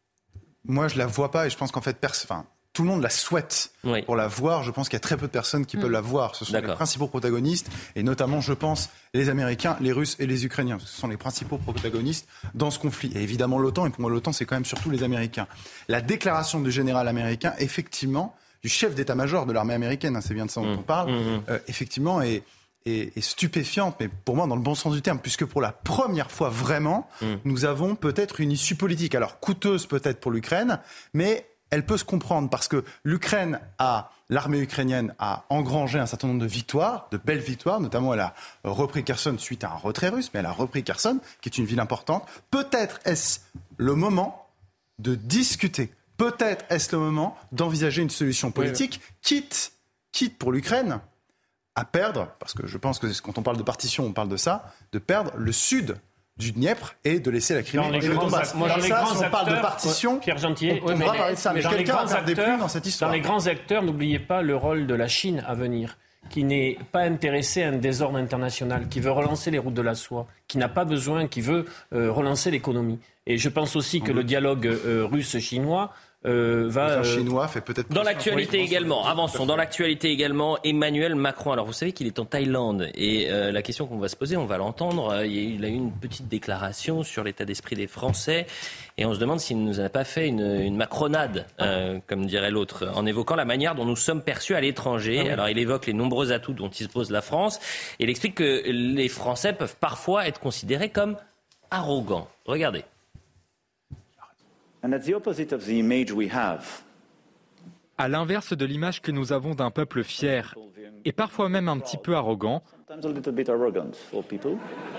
Moi, je la vois pas et je pense qu'en fait, pers- enfin, tout le monde la souhaite oui. pour la voir. Je pense qu'il y a très peu de personnes qui mmh. peuvent la voir. Ce sont D'accord. les principaux protagonistes et notamment, je pense, les Américains, les Russes et les Ukrainiens. Ce sont les principaux protagonistes dans ce conflit. Et évidemment, l'OTAN, et pour moi, l'OTAN, c'est quand même surtout les Américains. La déclaration du général américain, effectivement, du chef d'état-major de l'armée américaine, hein, c'est bien de ça dont mmh. on parle, mmh. euh, effectivement, est... Est, est stupéfiante, mais pour moi dans le bon sens du terme, puisque pour la première fois vraiment, mm. nous avons peut-être une issue politique. Alors coûteuse peut-être pour l'Ukraine, mais elle peut se comprendre parce que l'Ukraine a, l'armée ukrainienne a engrangé un certain nombre de victoires, de belles victoires, notamment elle a repris Kherson suite à un retrait russe, mais elle a repris Kherson, qui est une ville importante. Peut-être est-ce le moment de discuter, peut-être est-ce le moment d'envisager une solution politique, oui, oui. quitte, quitte pour l'Ukraine à perdre, parce que je pense que quand on parle de partition, on parle de ça, de perdre le sud du Dniepr et de laisser la Crimée et le Donbass. Moi, dans les ça, grands si on parle acteurs, de partition, Pierre Gentier, on, on mais, va parler de ça. Mais, mais quelqu'un n'a des plus dans cette histoire. Dans les grands acteurs, n'oubliez pas le rôle de la Chine à venir, qui n'est pas intéressée à un désordre international, qui veut relancer les routes de la soie, qui n'a pas besoin, qui veut euh, relancer l'économie. Et je pense aussi que mmh. le dialogue euh, russe-chinois Euh, va, le chinois fait peut-être dans l'actualité oui, également, avançons, dans l'actualité également, Emmanuel Macron. Alors vous savez qu'il est en Thaïlande et euh, la question qu'on va se poser, on va l'entendre, euh, il a eu une petite déclaration sur l'état d'esprit des Français et on se demande s'il ne nous a pas fait une, une macronade, euh, comme dirait l'autre, en évoquant la manière dont nous sommes perçus à l'étranger. Ah oui. Alors il évoque les nombreux atouts dont dispose la France et il explique que les Français peuvent parfois être considérés comme arrogants. Regardez. And at the opposite of the image we have. À l'inverse de l'image que nous avons d'un peuple fier et parfois même un petit peu arrogant, Sometimes a little bit arrogant for people.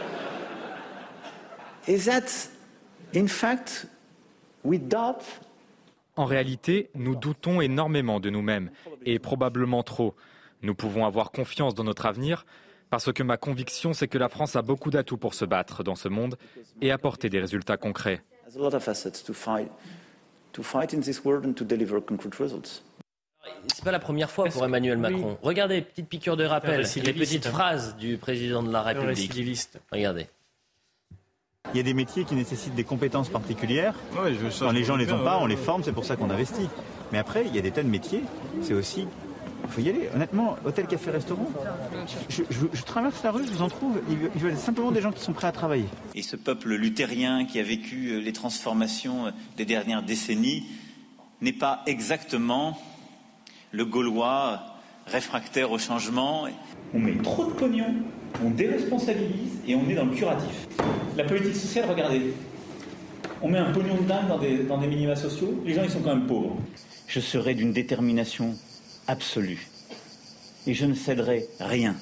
Is that, in fact, we doubt. En réalité, nous doutons énormément de nous-mêmes et probablement trop. Nous pouvons avoir confiance dans notre avenir parce que ma conviction, c'est que la France a beaucoup d'atouts pour se battre dans ce monde et apporter des résultats concrets. A lot of assets to fight, to fight in this world and to deliver concrete results. C'est pas la première fois pour Emmanuel Macron. Oui. Regardez, petite piqûre de rappel, les petites phrases du président de la République. Regardez. Il y a des métiers qui nécessitent des compétences particulières. Ouais, je Quand les gens ne les ont pas, on les forme, c'est pour ça qu'on investit. Mais après, il y a des tas de métiers, c'est aussi... Il faut y aller. Honnêtement, hôtel, café, restaurant, je, je, je traverse la rue, je vous en trouve, il y a simplement des gens qui sont prêts à travailler. Et ce peuple luthérien qui a vécu les transformations des dernières décennies n'est pas exactement le Gaulois réfractaire au changement. On met trop de pognon, on déresponsabilise et on est dans le curatif. La politique sociale, regardez, on met un pognon de dingue dans des, dans des minima sociaux, les gens ils sont quand même pauvres. Je serai d'une détermination absolue. Et je ne céderai rien.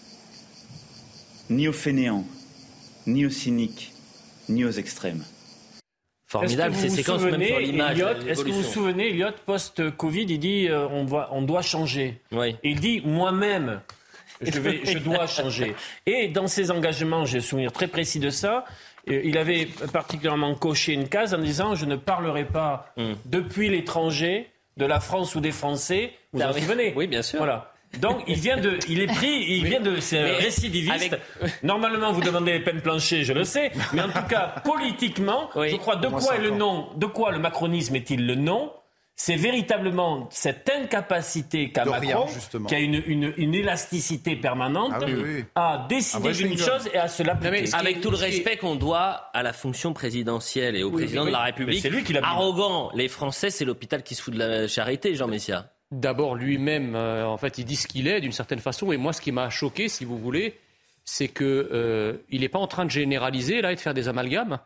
Ni aux fainéants, ni aux cyniques, ni aux extrêmes. Formidable ces séquences même sur l'image. Elliot, est-ce que vous vous souvenez, Elliot, post-Covid, il dit euh, on, va, on doit changer. Oui. Et il dit moi-même, je, vais, je dois changer. Et dans ses engagements, j'ai un souvenir très précis de ça, il avait particulièrement coché une case en disant je ne parlerai pas mm. depuis l'étranger de la France ou des Français, vous vous en souvenez ? Oui, bien sûr. Voilà. Donc, il vient de, il est pris, il oui. vient de, c'est un récidiviste. Avec... Normalement, vous demandez les peines planchées, je le sais, mais en tout cas, politiquement, oui. je crois, de Moi, quoi est le nom, de quoi le macronisme est-il le nom ? C'est véritablement cette incapacité qu'a de Macron, rien, qui a une, une, une élasticité permanente, ah oui, oui. à décider ah, d'une chose et à se l'appliquer. Avec tout le respect qu'on doit à la fonction présidentielle et au oui, président oui, de la République, c'est lui qui l'a arrogant, les Français, c'est l'hôpital qui se fout de la charité, Jean Messia. D'abord, lui-même, euh, en fait, il dit ce qu'il est, d'une certaine façon. Et moi, ce qui m'a choqué, si vous voulez, c'est qu'il euh, n'est pas en train de généraliser, là, et de faire des amalgames.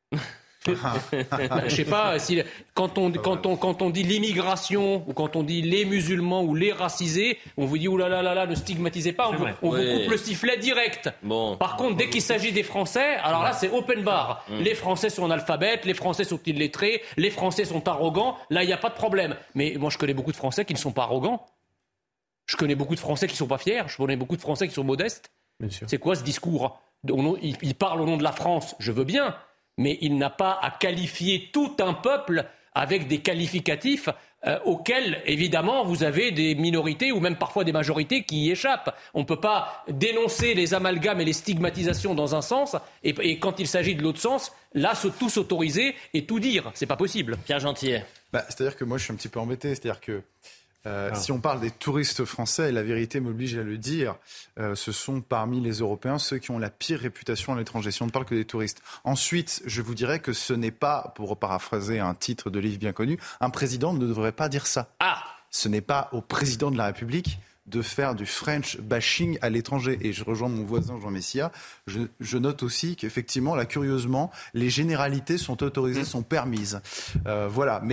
Je sais pas si quand on quand on quand on dit l'immigration ou quand on dit les musulmans ou les racisés, on vous dit ouh là là là là ne stigmatisez pas, on, vous, on oui. vous coupe le sifflet direct. Bon. Par contre, dès qu'il s'agit des Français, alors là c'est open bar. Mmh. Les Français sont analphabètes, les Français sont illettrés, les Français sont arrogants. Là il y a pas de problème. Mais moi je connais beaucoup de Français qui ne sont pas arrogants. Je connais beaucoup de Français qui sont pas fiers. Je connais beaucoup de Français qui sont modestes. C'est quoi ce discours ? Il, il parle au nom de la France. Je veux bien. Mais il n'a pas à qualifier tout un peuple avec des qualificatifs euh, auxquels, évidemment, vous avez des minorités ou même parfois des majorités qui y échappent. On ne peut pas dénoncer les amalgames et les stigmatisations dans un sens et, et quand il s'agit de l'autre sens, là, tout s'autoriser et tout dire. C'est pas possible. Pierre Gentillet. Bah, c'est-à-dire que moi, je suis un petit peu embêté. C'est-à-dire que Euh, ah. Si on parle des touristes français, et la vérité m'oblige à le dire, euh, ce sont parmi les Européens ceux qui ont la pire réputation à l'étranger, si on ne parle que des touristes. Ensuite, je vous dirais que ce n'est pas, pour paraphraser un titre de livre bien connu, un président ne devrait pas dire ça. Ah. Ce n'est pas au président de la République de faire du French bashing à l'étranger. Et je rejoins mon voisin Jean Messia. Je, je note aussi qu'effectivement, là, curieusement, les généralités sont autorisées, mmh. sont permises. Euh, voilà, mais...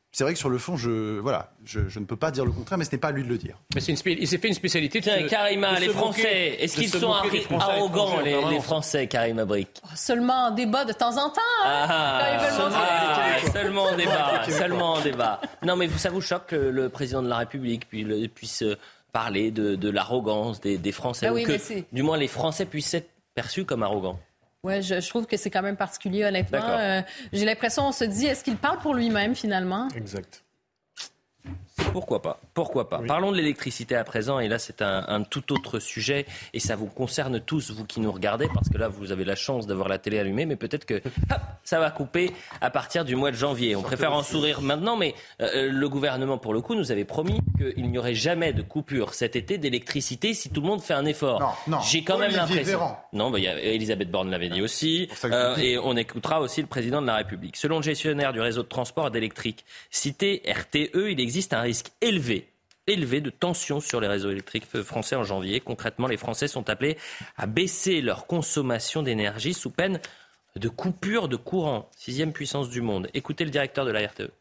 c'est vrai que sur le fond, je, voilà, je, je ne peux pas dire le contraire, mais ce n'est pas à lui de le dire. Mais c'est une spé- il s'est fait une spécialité. Tiens, de, Karima, de les Français, moquer, est-ce qu'ils sont arri- arrogants, les, les Français, Karima Brick? Seulement en débat de temps en temps. Hein, ah, quand ils veulent seulement, montrer ah, seulement en débat, seulement en débat. Non, mais ça vous choque que le président de la République puisse parler de, de l'arrogance des, des Français, ben ou oui, que, du moins, les Français puissent être perçus comme arrogants? Oui, je, je trouve que c'est quand même particulier, honnêtement. Euh, j'ai l'impression, on se dit, est-ce qu'il parle pour lui-même, finalement? Exact. Pourquoi pas? Pourquoi pas? Oui. Parlons de l'électricité à présent, et là c'est un, un tout autre sujet, et ça vous concerne tous, vous qui nous regardez, parce que là vous avez la chance d'avoir la télé allumée, mais peut-être que hop, ça va couper à partir du mois de janvier. On préfère en sourire maintenant, mais euh, le gouvernement, pour le coup, nous avait promis qu'il n'y aurait jamais de coupure cet été d'électricité si tout le monde fait un effort. Non, non. J'ai quand Olivier même l'impression. Véran. Non, bah, y a, Elisabeth Borne l'avait dit aussi, euh, et on écoutera aussi le président de la République. Selon le gestionnaire du réseau de transport d'électrique cité R T E, il existe un risque élevé élevé de tension sur les réseaux électriques français en janvier. Concrètement, les Français sont appelés à baisser leur consommation d'énergie sous peine de coupure de courant. Sixième puissance du monde. Écoutez le directeur de la R T E.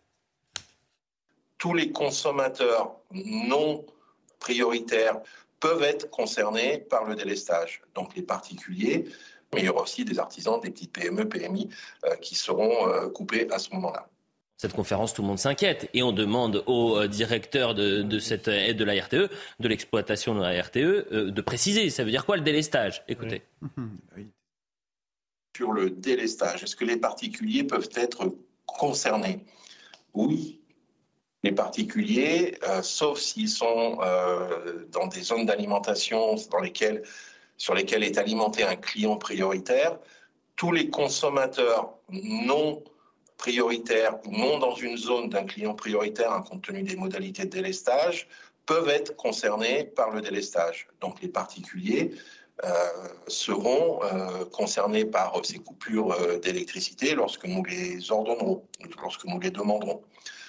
Tous les consommateurs non prioritaires peuvent être concernés par le délestage. Donc les particuliers, mais il y aura aussi des artisans, des petites P M E, P M I euh, qui seront euh, coupés à ce moment-là. Cette conférence, tout le monde s'inquiète et on demande au directeur de, de cette aide de la R T E, de l'exploitation de la R T E, euh, de préciser. Ça veut dire quoi le délestage? Écoutez. Oui. Sur le délestage, est-ce que les particuliers peuvent être concernés? Oui. Les particuliers, euh, sauf s'ils sont euh, dans des zones d'alimentation dans lesquelles, sur lesquelles est alimenté un client prioritaire, tous les consommateurs non prioritaires ou non dans une zone d'un client prioritaire, hein, compte tenu des modalités de délestage, peuvent être concernés par le délestage. Donc les particuliers euh, seront euh, concernés par ces coupures euh, d'électricité lorsque nous les ordonnerons, lorsque nous les demanderons.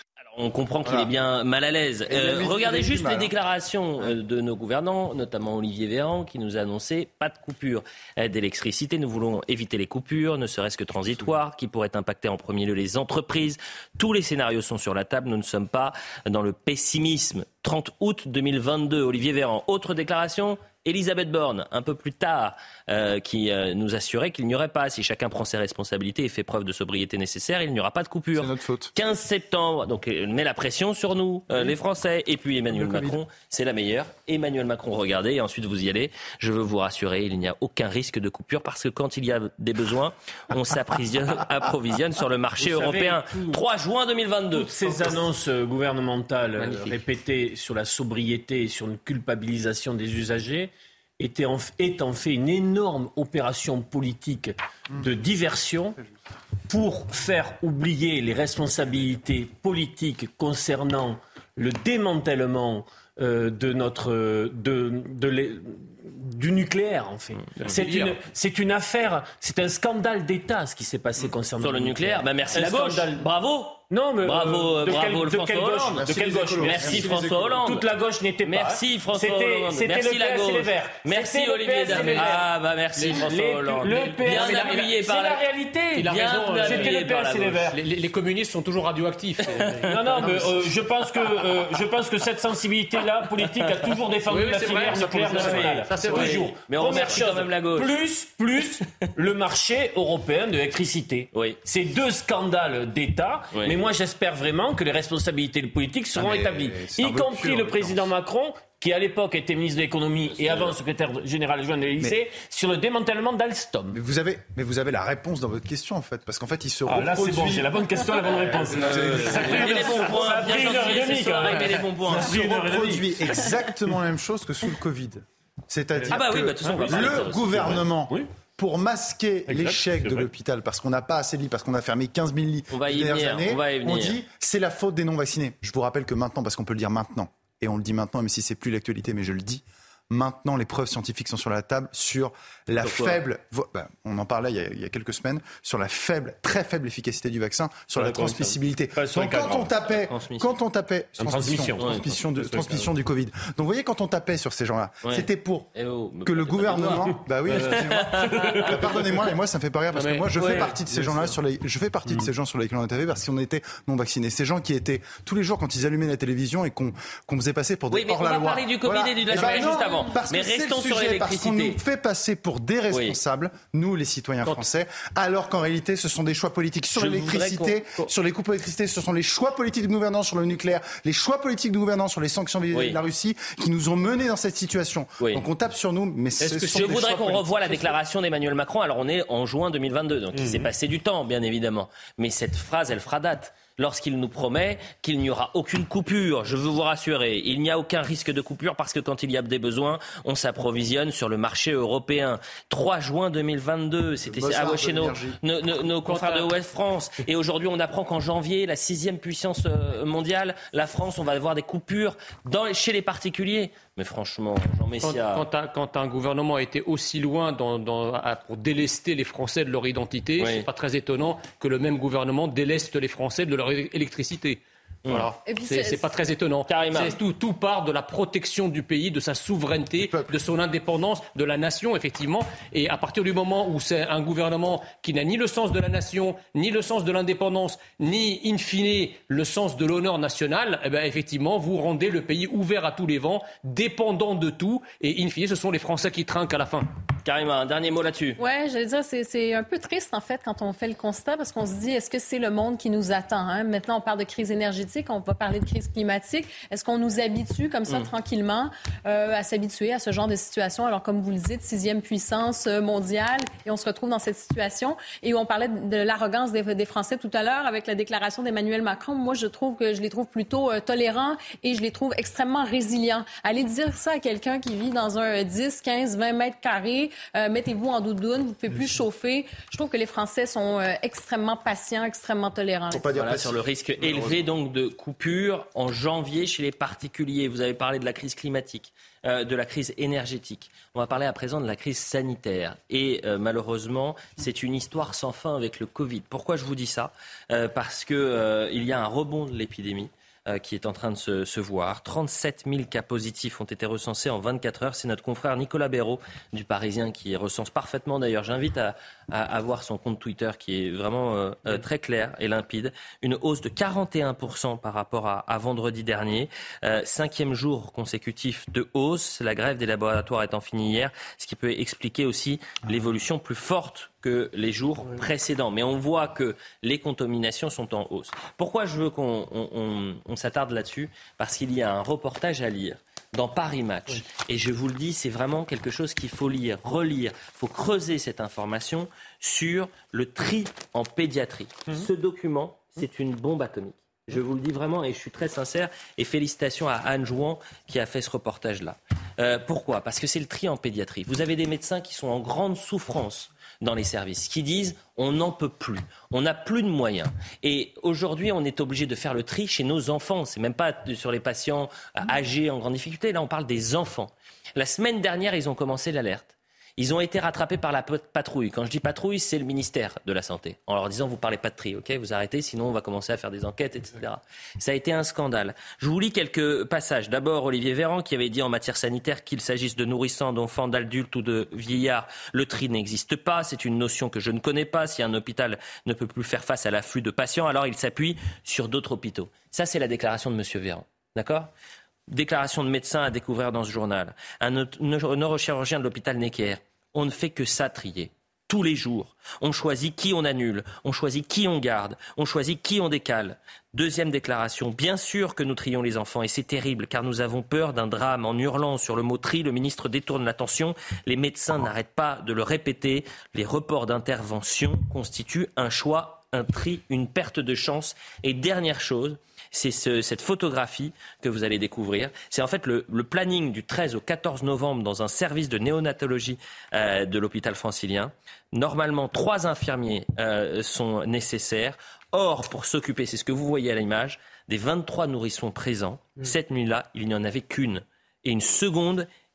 On comprend qu'il voilà. est bien mal à l'aise. Euh, regardez juste mal, les déclarations hein. de nos gouvernants, notamment Olivier Véran, qui nous a annoncé pas de coupure d'électricité. Nous voulons éviter les coupures, ne serait-ce que transitoires, qui pourraient impacter en premier lieu les entreprises. Tous les scénarios sont sur la table. Nous ne sommes pas dans le pessimisme. trente août deux mille vingt-deux, Olivier Véran. Autre déclaration, Elisabeth Borne, un peu plus tard, euh, qui euh, nous assurait qu'il n'y aurait pas, si chacun prend ses responsabilités et fait preuve de sobriété nécessaire, il n'y aura pas de coupure. C'est notre faute. quinze septembre, donc elle met la pression sur nous, euh, oui. les Français. Et puis Emmanuel Macron, c'est la meilleure. Emmanuel Macron, regardez, et ensuite vous y allez. Je veux vous rassurer, il n'y a aucun risque de coupure parce que quand il y a des besoins, on s'approvisionne sur le marché vous européen. Savez, tout, trois juin deux mille vingt-deux. Toutes ces annonces gouvernementales Magnifique. répétées sur la sobriété et sur une culpabilisation des usagers était en, est en fait une énorme opération politique de diversion pour faire oublier les responsabilités politiques concernant le démantèlement euh, de notre de, de les, du nucléaire, en fait. C'est une, c'est une affaire, c'est un scandale d'État ce qui s'est passé concernant sur le nucléaire. Bah merci un la gauche. Scandale. Bravo. Non, mais bravo, euh, de bravo quel, François de quelle Hollande. Gauche, de quelle gauche Merci, merci François Hollande. Toute la gauche n'était pas. Merci François c'était, Hollande. c'était merci le la P S gauche. et les Verts. Merci c'était Olivier Damet. Ah bah merci les, François les, Hollande. Le P S, bien c'est appuyé la, par la réalité. Il a bien raison. C'était le P S et les Verts. Les, les, les communistes sont toujours radioactifs. non, non, mais euh, je pense que euh, je pense que cette sensibilité-là politique a toujours défendu oui, la filière nucléaire nationale. Ça c'est toujours. Mais on remercie quand même la gauche. Plus, plus le marché européen de l'électricité. Oui. C'est deux scandales d'État. Oui. Mais moi, j'espère vraiment que les responsabilités politiques seront ah établies, y compris le président Macron, qui à l'époque était ministre de l'économie et avant secrétaire général adjoint de l'Élysée, sur le démantèlement d'Alstom. Mais vous avez, mais vous avez la réponse dans votre question en fait, parce qu'en fait il se ah, reproduit. Là c'est bon, j'ai la bonne question, la bonne réponse. Ça fait des bons points, bien gentil, ce soir, mais les bons points. Il se reproduit exactement la même chose que sous le Covid. C'est-à-dire ah bah oui, que bah, façon, le gouvernement. Oui. Pour masquer exact, l'échec de vrai. l'hôpital, parce qu'on n'a pas assez de lits, parce qu'on a fermé quinze mille lits on va les dernières années, on, va y venir. on dit c'est la faute des non-vaccinés. Je vous rappelle que maintenant, parce qu'on peut le dire maintenant, et on le dit maintenant, même si c'est plus l'actualité, mais je le dis, Maintenant, les preuves scientifiques sont sur la table sur la Pourquoi faible, ben, on en parlait il y, a, il y a quelques semaines, sur la faible, très faible efficacité du vaccin, sur la transmissibilité. Donc, quand on tapait, quand on tapait, transmission, transmission, de, transmission du Covid. Donc, vous voyez, quand on tapait sur ces gens-là, ouais. c'était pour oh, que le gouvernement, bah oui, excusez-moi, pardonnez-moi, mais moi, ça me fait pas rire parce que moi, je ouais, fais partie de ces gens-là sur les, je fais partie mmh. de ces gens sur lesquels on était parce qu'on était non vaccinés. Ces gens qui étaient tous les jours quand ils allumaient la télévision et qu'on, qu'on faisait passer pour des hors-la-loi. Oui, mais on va parler du Covid voilà. et du vaccin juste avant. Parce mais restons sujet, sur l'électricité. Parce qu'on nous fait passer pour des responsables, oui. nous les citoyens Quand... français, alors qu'en réalité ce sont des choix politiques sur Je l'électricité, sur les coupes d'électricité, ce sont les choix politiques de gouvernance sur le nucléaire, les choix politiques de gouvernance sur les sanctions vis-à-vis oui. de la Russie qui nous ont menés dans cette situation. Oui. Donc on tape sur nous, mais Est-ce ce que sont Je des voudrais qu'on politiques. revoie la déclaration d'Emmanuel Macron. Alors on est en juin deux mille vingt-deux, donc mmh. il s'est passé du temps, bien évidemment. Mais cette phrase, elle fera date. Lorsqu'il nous promet qu'il n'y aura aucune coupure, je veux vous rassurer, il n'y a aucun risque de coupure parce que quand il y a des besoins, on s'approvisionne sur le marché européen. trois juin deux mille vingt-deux, c'était à chez nos, nos, nos, nos confrères de Ouest France. Et aujourd'hui, on apprend qu'en janvier, la sixième puissance mondiale, la France, on va avoir des coupures dans, chez les particuliers. Mais franchement, Jean Messia... Quand, quand, un, quand un gouvernement a été aussi loin dans, dans, à, pour délester les Français de leur identité, oui. c'est pas très étonnant que le même gouvernement déleste les Français de leur électricité. Voilà. C'est, c'est, c'est pas très étonnant. C'est, tout, tout part de la protection du pays, de sa souveraineté, de son indépendance, de la nation, effectivement. Et à partir du moment où c'est un gouvernement qui n'a ni le sens de la nation, ni le sens de l'indépendance, ni, in fine, le sens de l'honneur national, eh ben, effectivement, vous rendez le pays ouvert à tous les vents, dépendant de tout. Et in fine, ce sont les Français qui trinquent à la fin. Karima, un dernier mot là-dessus. Oui, j'allais dire, c'est, c'est un peu triste, en fait, quand on fait le constat, parce qu'on se dit, est-ce que c'est le monde qui nous attend? Hein? Maintenant, on parle de crise énergétique, on va parler de crise climatique. Est-ce qu'on nous habitue, comme ça, mmh. tranquillement, euh, à s'habituer à ce genre de situation? Alors, comme vous le dites, sixième puissance mondiale, et on se retrouve dans cette situation. Et on parlait de l'arrogance des, des Français tout à l'heure, avec la déclaration d'Emmanuel Macron. Moi, je trouve que je les trouve plutôt euh, tolérants et je les trouve extrêmement résilients. Aller dire ça à quelqu'un qui vit dans un dix, quinze, vingt mètres carrés, Euh, mettez-vous en doudoune, vous ne pouvez plus chauffer. Je trouve que les Français sont euh, extrêmement patients, extrêmement tolérants. Faut pas dire voilà, sur le risque élevé donc de coupure en janvier chez les particuliers. Vous avez parlé de la crise climatique, euh, de la crise énergétique. On va parler à présent de la crise sanitaire. Et euh, malheureusement, c'est une histoire sans fin avec le Covid. Pourquoi je vous dis ça ? euh, Parce qu'il euh, y a un rebond de l'épidémie qui est en train de se, se voir. trente-sept mille cas positifs ont été recensés en vingt-quatre heures. C'est notre confrère Nicolas Béraud du Parisien qui recense parfaitement. D'ailleurs, j'invite à, à, à voir son compte Twitter qui est vraiment euh, euh, très clair et limpide. Une hausse de quarante et un pour cent par rapport à, à vendredi dernier. Euh, cinquième jour consécutif de hausse. La grève des laboratoires étant finie hier, ce qui peut expliquer aussi l'évolution plus forte que les jours précédents. Mais on voit que les contaminations sont en hausse. Pourquoi je veux qu'on on, on, on s'attarde là-dessus ? Parce qu'il y a un reportage à lire dans Paris Match. Et je vous le dis, c'est vraiment quelque chose qu'il faut lire, relire. Il faut creuser cette information sur le tri en pédiatrie. Mmh. Ce document, c'est une bombe atomique. Je vous le dis vraiment et je suis très sincère. Et félicitations à Anne Jouan qui a fait ce reportage-là. Euh, pourquoi ? Parce que c'est le tri en pédiatrie. Vous avez des médecins qui sont en grande souffrance dans les services, qui disent on n'en peut plus, on n'a plus de moyens. Et aujourd'hui, on est obligé de faire le tri chez nos enfants. C'est même pas sur les patients âgés en grande difficulté. Là, on parle des enfants. La semaine dernière, ils ont commencé l'alerte. Ils ont été rattrapés par la patrouille. Quand je dis patrouille, c'est le ministère de la Santé. En leur disant, vous parlez pas de tri, ok ? Vous arrêtez, sinon on va commencer à faire des enquêtes, et cetera. Ça a été un scandale. Je vous lis quelques passages. D'abord, Olivier Véran qui avait dit en matière sanitaire qu'il s'agisse de nourrissants, d'enfants, d'adultes ou de vieillards, le tri n'existe pas. C'est une notion que je ne connais pas. Si un hôpital ne peut plus faire face à l'afflux de patients, alors il s'appuie sur d'autres hôpitaux. Ça, c'est la déclaration de M. Véran. D'accord ? Déclaration de médecin à découvrir dans ce journal. Un neurochirurgien de l'hôpital Necker. On ne fait que ça trier. Tous les jours. On choisit qui on annule. On choisit qui on garde. On choisit qui on décale. Deuxième déclaration. Bien sûr que nous trions les enfants et c'est terrible car nous avons peur d'un drame. En hurlant sur le mot tri, le ministre détourne l'attention. Les médecins n'arrêtent pas de le répéter. Les reports d'intervention constituent un choix, un tri, une perte de chance. Et dernière chose, c'est ce, cette photographie que vous allez découvrir. C'est en fait le, le planning du treize au quatorze novembre dans un service de néonatologie euh, de l'hôpital francilien. Normalement, trois infirmiers euh, sont nécessaires. Or, pour s'occuper, c'est ce que vous voyez à l'image, des vingt-trois nourrissons présents, mmh. cette nuit-là, il n'y en avait qu'une. Et une seconde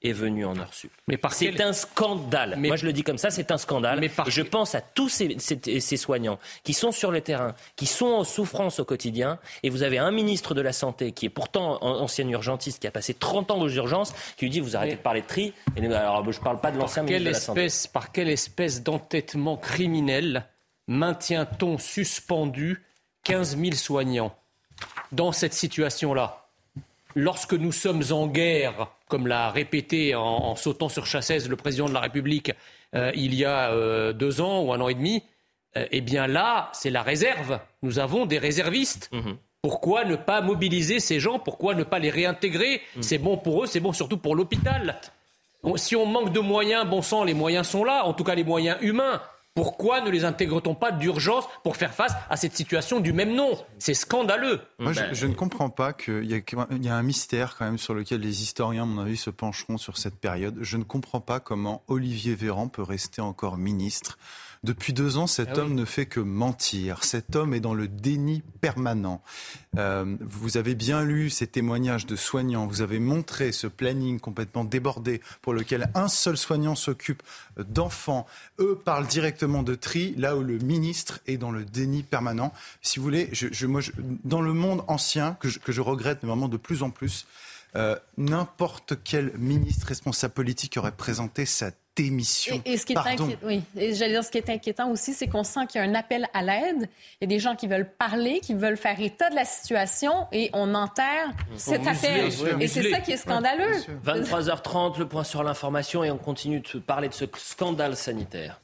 est venu en heure sup. Mais par c'est quel... un scandale. Mais... Moi, je le dis comme ça, c'est un scandale. Mais par... Et je pense à tous ces, ces, ces soignants qui sont sur le terrain, qui sont en souffrance au quotidien. Et vous avez un ministre de la Santé qui est pourtant ancien urgentiste, qui a passé trente ans aux urgences, qui lui dit vous arrêtez mais... de parler de tri. Et alors, je ne parle pas de l'ancien ministre de la Santé. Espèce, par quelle espèce d'entêtement criminel maintient-on suspendu quinze mille soignants dans cette situation-là ? Lorsque nous sommes en guerre, comme l'a répété en, en sautant sur Chassaigne le président de la République euh, il y a euh, deux ans ou un an et demi, euh, eh bien là, c'est la réserve. Nous avons des réservistes. Mmh. Pourquoi ne pas mobiliser ces gens ? Pourquoi ne pas les réintégrer ? mmh. C'est bon pour eux, c'est bon surtout pour l'hôpital. Si on manque de moyens, bon sang, les moyens sont là, en tout cas les moyens humains. Pourquoi ne les intègre-t-on pas d'urgence pour faire face à cette situation du même nom ? C'est scandaleux. Moi, je, je ne comprends pas qu'il y a, il y a un mystère quand même sur lequel les historiens, à mon avis, se pencheront sur cette période. Je ne comprends pas comment Olivier Véran peut rester encore ministre. Depuis deux ans, cet ah homme oui. ne fait que mentir. Cet homme est dans le déni permanent. Euh, vous avez bien lu ces témoignages de soignants. Vous avez montré ce planning complètement débordé pour lequel un seul soignant s'occupe d'enfants. Eux parlent directement de tri, là où le ministre est dans le déni permanent. Si vous voulez, je, je, moi, je, dans le monde ancien, que je, que je regrette mais vraiment de plus en plus, euh, n'importe quel ministre responsable politique aurait présenté sa démission. Et, et ce qui est inquiétant, oui, et j'allais dire ce qui est inquiétant aussi, c'est qu'on sent qu'il y a un appel à l'aide. Il y a des gens qui veulent parler, qui veulent faire état de la situation, et on enterre on cet appel. Et c'est ça qui est scandaleux. Ouais, vingt-trois heures trente, le point sur l'information, et on continue de parler de ce scandale sanitaire.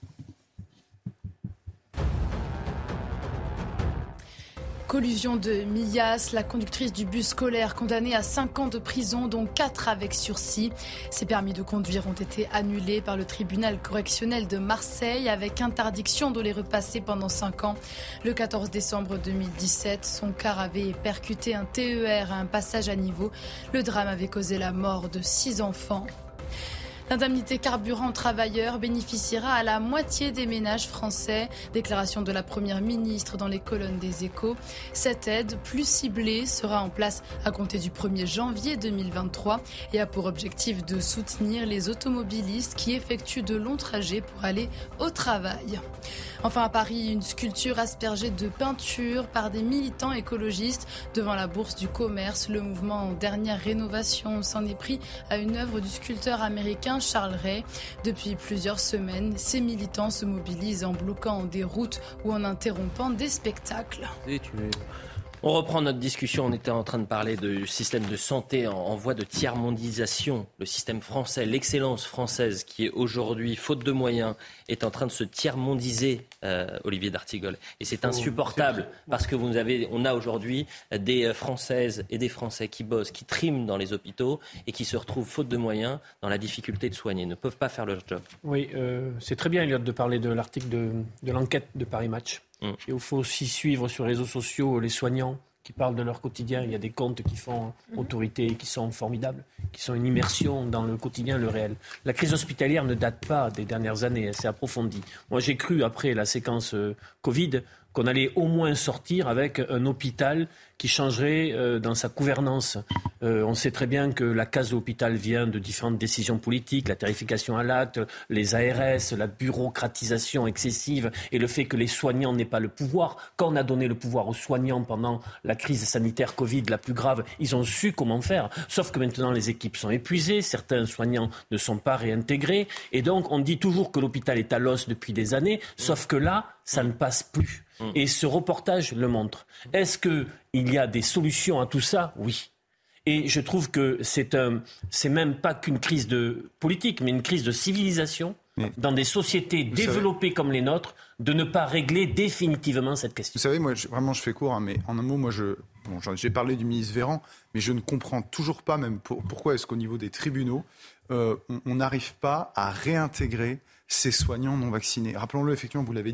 Collusion de Milias, la conductrice du bus scolaire condamnée à cinq ans de prison, dont quatre avec sursis. Ses permis de conduire ont été annulés par le tribunal correctionnel de Marseille avec interdiction de les repasser pendant cinq ans. Le quatorze décembre deux mille dix-sept, son car avait percuté un T E R à un passage à niveau. Le drame avait causé la mort de six enfants. L'indemnité carburant travailleurs bénéficiera à la moitié des ménages français. Déclaration de la Première ministre dans les colonnes des Échos. Cette aide, plus ciblée, sera en place à compter du premier janvier deux mille vingt-trois et a pour objectif de soutenir les automobilistes qui effectuent de longs trajets pour aller au travail. Enfin, à Paris, une sculpture aspergée de peinture par des militants écologistes devant la Bourse du Commerce. Le mouvement en dernière rénovation s'en est pris à une œuvre du sculpteur américain Charles Ray. Depuis plusieurs semaines, ces militants se mobilisent en bloquant des routes ou en interrompant des spectacles. Et tu es... On reprend notre discussion. On était en train de parler du système de santé en, en voie de tiers-mondisation. Le système français, l'excellence française qui est aujourd'hui, faute de moyens, est en train de se tiers-mondiser, euh, Olivier d'Artigol. Et c'est insupportable parce que vous avez, on a aujourd'hui des Françaises et des Français qui bossent, qui triment dans les hôpitaux et qui se retrouvent, faute de moyens, dans la difficulté de soigner, ne peuvent pas faire leur job. Oui, euh, c'est très bien, Elliot, de parler de l'article de, de l'enquête de Paris Match. Mmh. Et il faut aussi suivre sur les réseaux sociaux les soignants qui parlent de leur quotidien. Il y a des comptes qui font autorité, qui sont formidables, qui sont une immersion dans le quotidien, le réel. La crise hospitalière ne date pas des dernières années, elle s'est approfondie. Moi, j'ai cru, après la séquence euh, Covid, qu'on allait au moins sortir avec un hôpital qui changerait euh, dans sa gouvernance. Euh, on sait très bien que la case de l'hôpital vient de différentes décisions politiques, la tarification à l'acte, les A R S, la bureaucratisation excessive et le fait que les soignants n'aient pas le pouvoir. Quand on a donné le pouvoir aux soignants pendant la crise sanitaire Covid la plus grave, ils ont su comment faire. Sauf que maintenant, les équipes sont épuisées, certains soignants ne sont pas réintégrés. Et donc, on dit toujours que l'hôpital est à l'os depuis des années, sauf que là, ça ne passe plus. Et ce reportage le montre. Est-ce qu'il y a des solutions à tout ça ? Oui. Et je trouve que c'est un, c'est même pas qu'une crise de politique, mais une crise de civilisation mais dans des sociétés développées savez, comme les nôtres, de ne pas régler définitivement cette question. Vous savez, moi, je, vraiment, je fais court, hein, mais en un mot, moi, je, bon, j'ai parlé du ministre Véran, mais je ne comprends toujours pas même pour, pourquoi est-ce qu'au niveau des tribunaux, euh, on n'arrive pas à réintégrer ces soignants non vaccinés. Rappelons-le, effectivement, vous l'avez dit,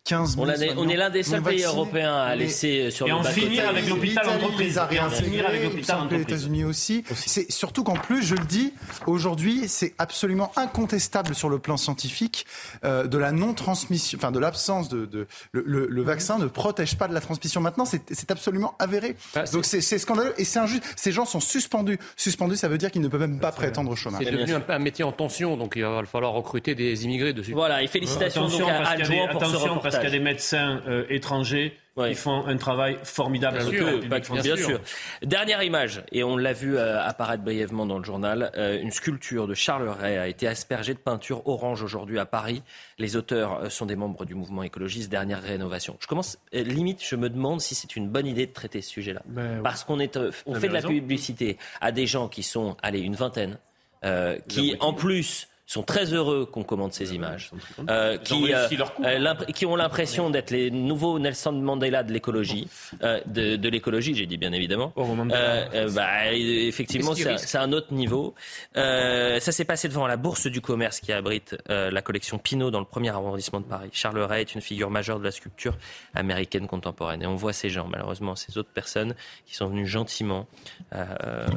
quinze mille on, soignants on est l'un des seuls pays vaccinés. européens à laisser sur et le en bas-côté. finir avec l'hôpital entreprise. Et en finir avec l'hôpital entreprise. Les États-Unis aussi. aussi. C'est surtout qu'en plus, je le dis, aujourd'hui, c'est absolument incontestable sur le plan scientifique euh, de la non-transmission, enfin de l'absence de, de le, le, le vaccin ne protège pas de la transmission. Maintenant, c'est, c'est absolument avéré. Ah, c'est... Donc c'est, c'est scandaleux et c'est injuste. Ces gens sont suspendus. Suspendus, ça veut dire qu'ils ne peuvent même pas prétendre au chômage. C'est devenu un, un métier en tension, donc il va falloir recruter des immigrés dessus. Voilà, et félicitations attention, donc à, parce à qu'il y a des, pour attention ce reportage. parce qu'il y a des médecins euh, étrangers ouais. qui font un travail formidable. Bien, sûr, pas, bien, bien sûr. sûr. Dernière image, et on l'a vu euh, apparaître brièvement dans le journal, euh, une sculpture de Charles Ray a été aspergée de peinture orange aujourd'hui à Paris. Les auteurs euh, sont des membres du mouvement écologiste Dernière Rénovation. Je commence, euh, limite, je me demande si c'est une bonne idée de traiter ce sujet-là. Ben, Parce qu'on est, euh, on fait de la raison. publicité à des gens qui sont, allez, une vingtaine, euh, qui en plus... sont très heureux qu'on commande ces images, euh, qui, euh, euh, qui ont l'impression d'être les nouveaux Nelson Mandela de l'écologie, euh, de, de l'écologie, j'ai dit bien évidemment. Euh, euh, bah, effectivement, c'est, c'est un autre niveau. Euh, ça s'est passé devant la Bourse du Commerce qui abrite euh, la collection Pinault dans le premier arrondissement de Paris. Charles Ray est une figure majeure de la sculpture américaine contemporaine. Et on voit ces gens, malheureusement, ces autres personnes qui sont venues gentiment euh,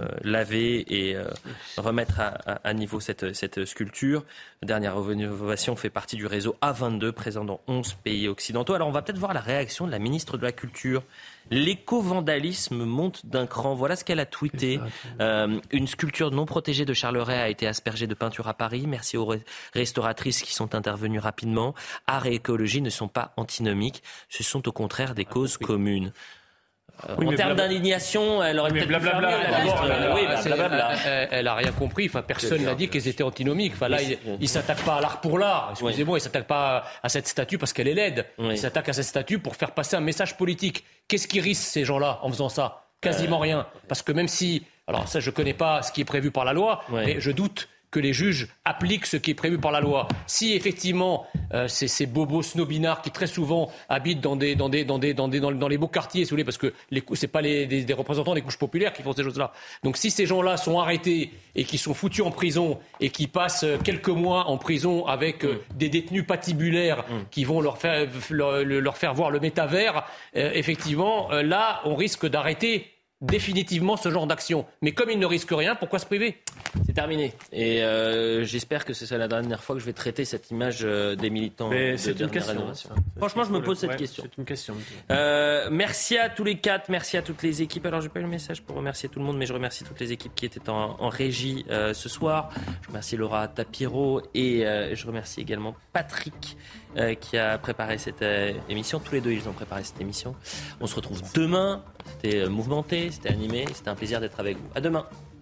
laver et euh, remettre à, à, à niveau cette, cette sculpture. Dernière Rénovation fait partie du réseau A vingt-deux présent dans onze pays occidentaux. Alors on va peut-être voir la réaction de la ministre de la Culture. L'éco-vandalisme monte d'un cran. Voilà ce qu'elle a tweeté. Euh, une sculpture non protégée de Charles Ray a été aspergée de peinture à Paris. Merci aux restauratrices qui sont intervenues rapidement. Art et écologie ne sont pas antinomiques. Ce sont au contraire des causes communes. Euh, oui, en termes blabla... d'indignation, elle aurait oui, peut-être pu faire mieux, la ministre. Euh, oui, bah, blablabla. Elle, elle a rien compris. Enfin, personne n'a dit qu'elles étaient antinomiques. Enfin, là, oui, il, il s'attaque pas à l'art pour l'art. Excusez-moi, oui. Il s'attaque pas à cette statue parce qu'elle est laide. Oui. Il s'attaque à cette statue pour faire passer un message politique. Qu'est-ce qui risque ces gens-là en faisant ça ? Quasiment euh... rien. Parce que même si, alors ça, je connais pas ce qui est prévu par la loi, oui. mais je doute que les juges appliquent ce qui est prévu par la loi. Si effectivement euh, c'est ces bobos snobinards qui très souvent habitent dans des dans des dans des dans des dans, dans les beaux quartiers, si vous voulez, parce que les c'est pas les des, des représentants des couches populaires qui font ces choses-là. Donc si ces gens-là sont arrêtés et qui sont foutus en prison et qui passent quelques mois en prison avec euh, mmh. des détenus patibulaires mmh. qui vont leur faire leur, leur faire voir le métavers, euh, effectivement euh, là on risque d'arrêter définitivement ce genre d'action. Mais comme il ne risque rien, pourquoi se priver ? C'est terminé. Et euh, j'espère que c'est la dernière fois que je vais traiter cette image euh, des militants Mais de c'est Dernière une question. Rénovation. Franchement, je me pose cette ouais, question. C'est une question. Euh, merci à tous les quatre, merci à toutes les équipes. Alors, j'ai pas eu le message pour remercier tout le monde, mais je remercie toutes les équipes qui étaient en, en régie euh, ce soir. Je remercie Laura Tapiro et euh, je remercie également Patrick euh, qui a préparé cette euh, émission. Tous les deux, ils ont préparé cette émission. On se retrouve demain. C'était euh, mouvementé, c'était animé. C'était un plaisir d'être avec vous. À demain.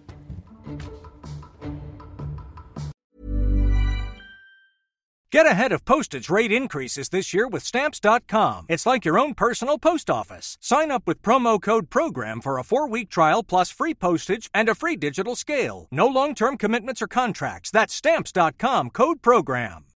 Get ahead of postage rate increases this year with Stamps dot com. It's like your own personal post office. Sign up with promo code PROGRAM for a four-week trial plus free postage and a free digital scale. No long-term commitments or contracts. That's Stamps dot com, code PROGRAM.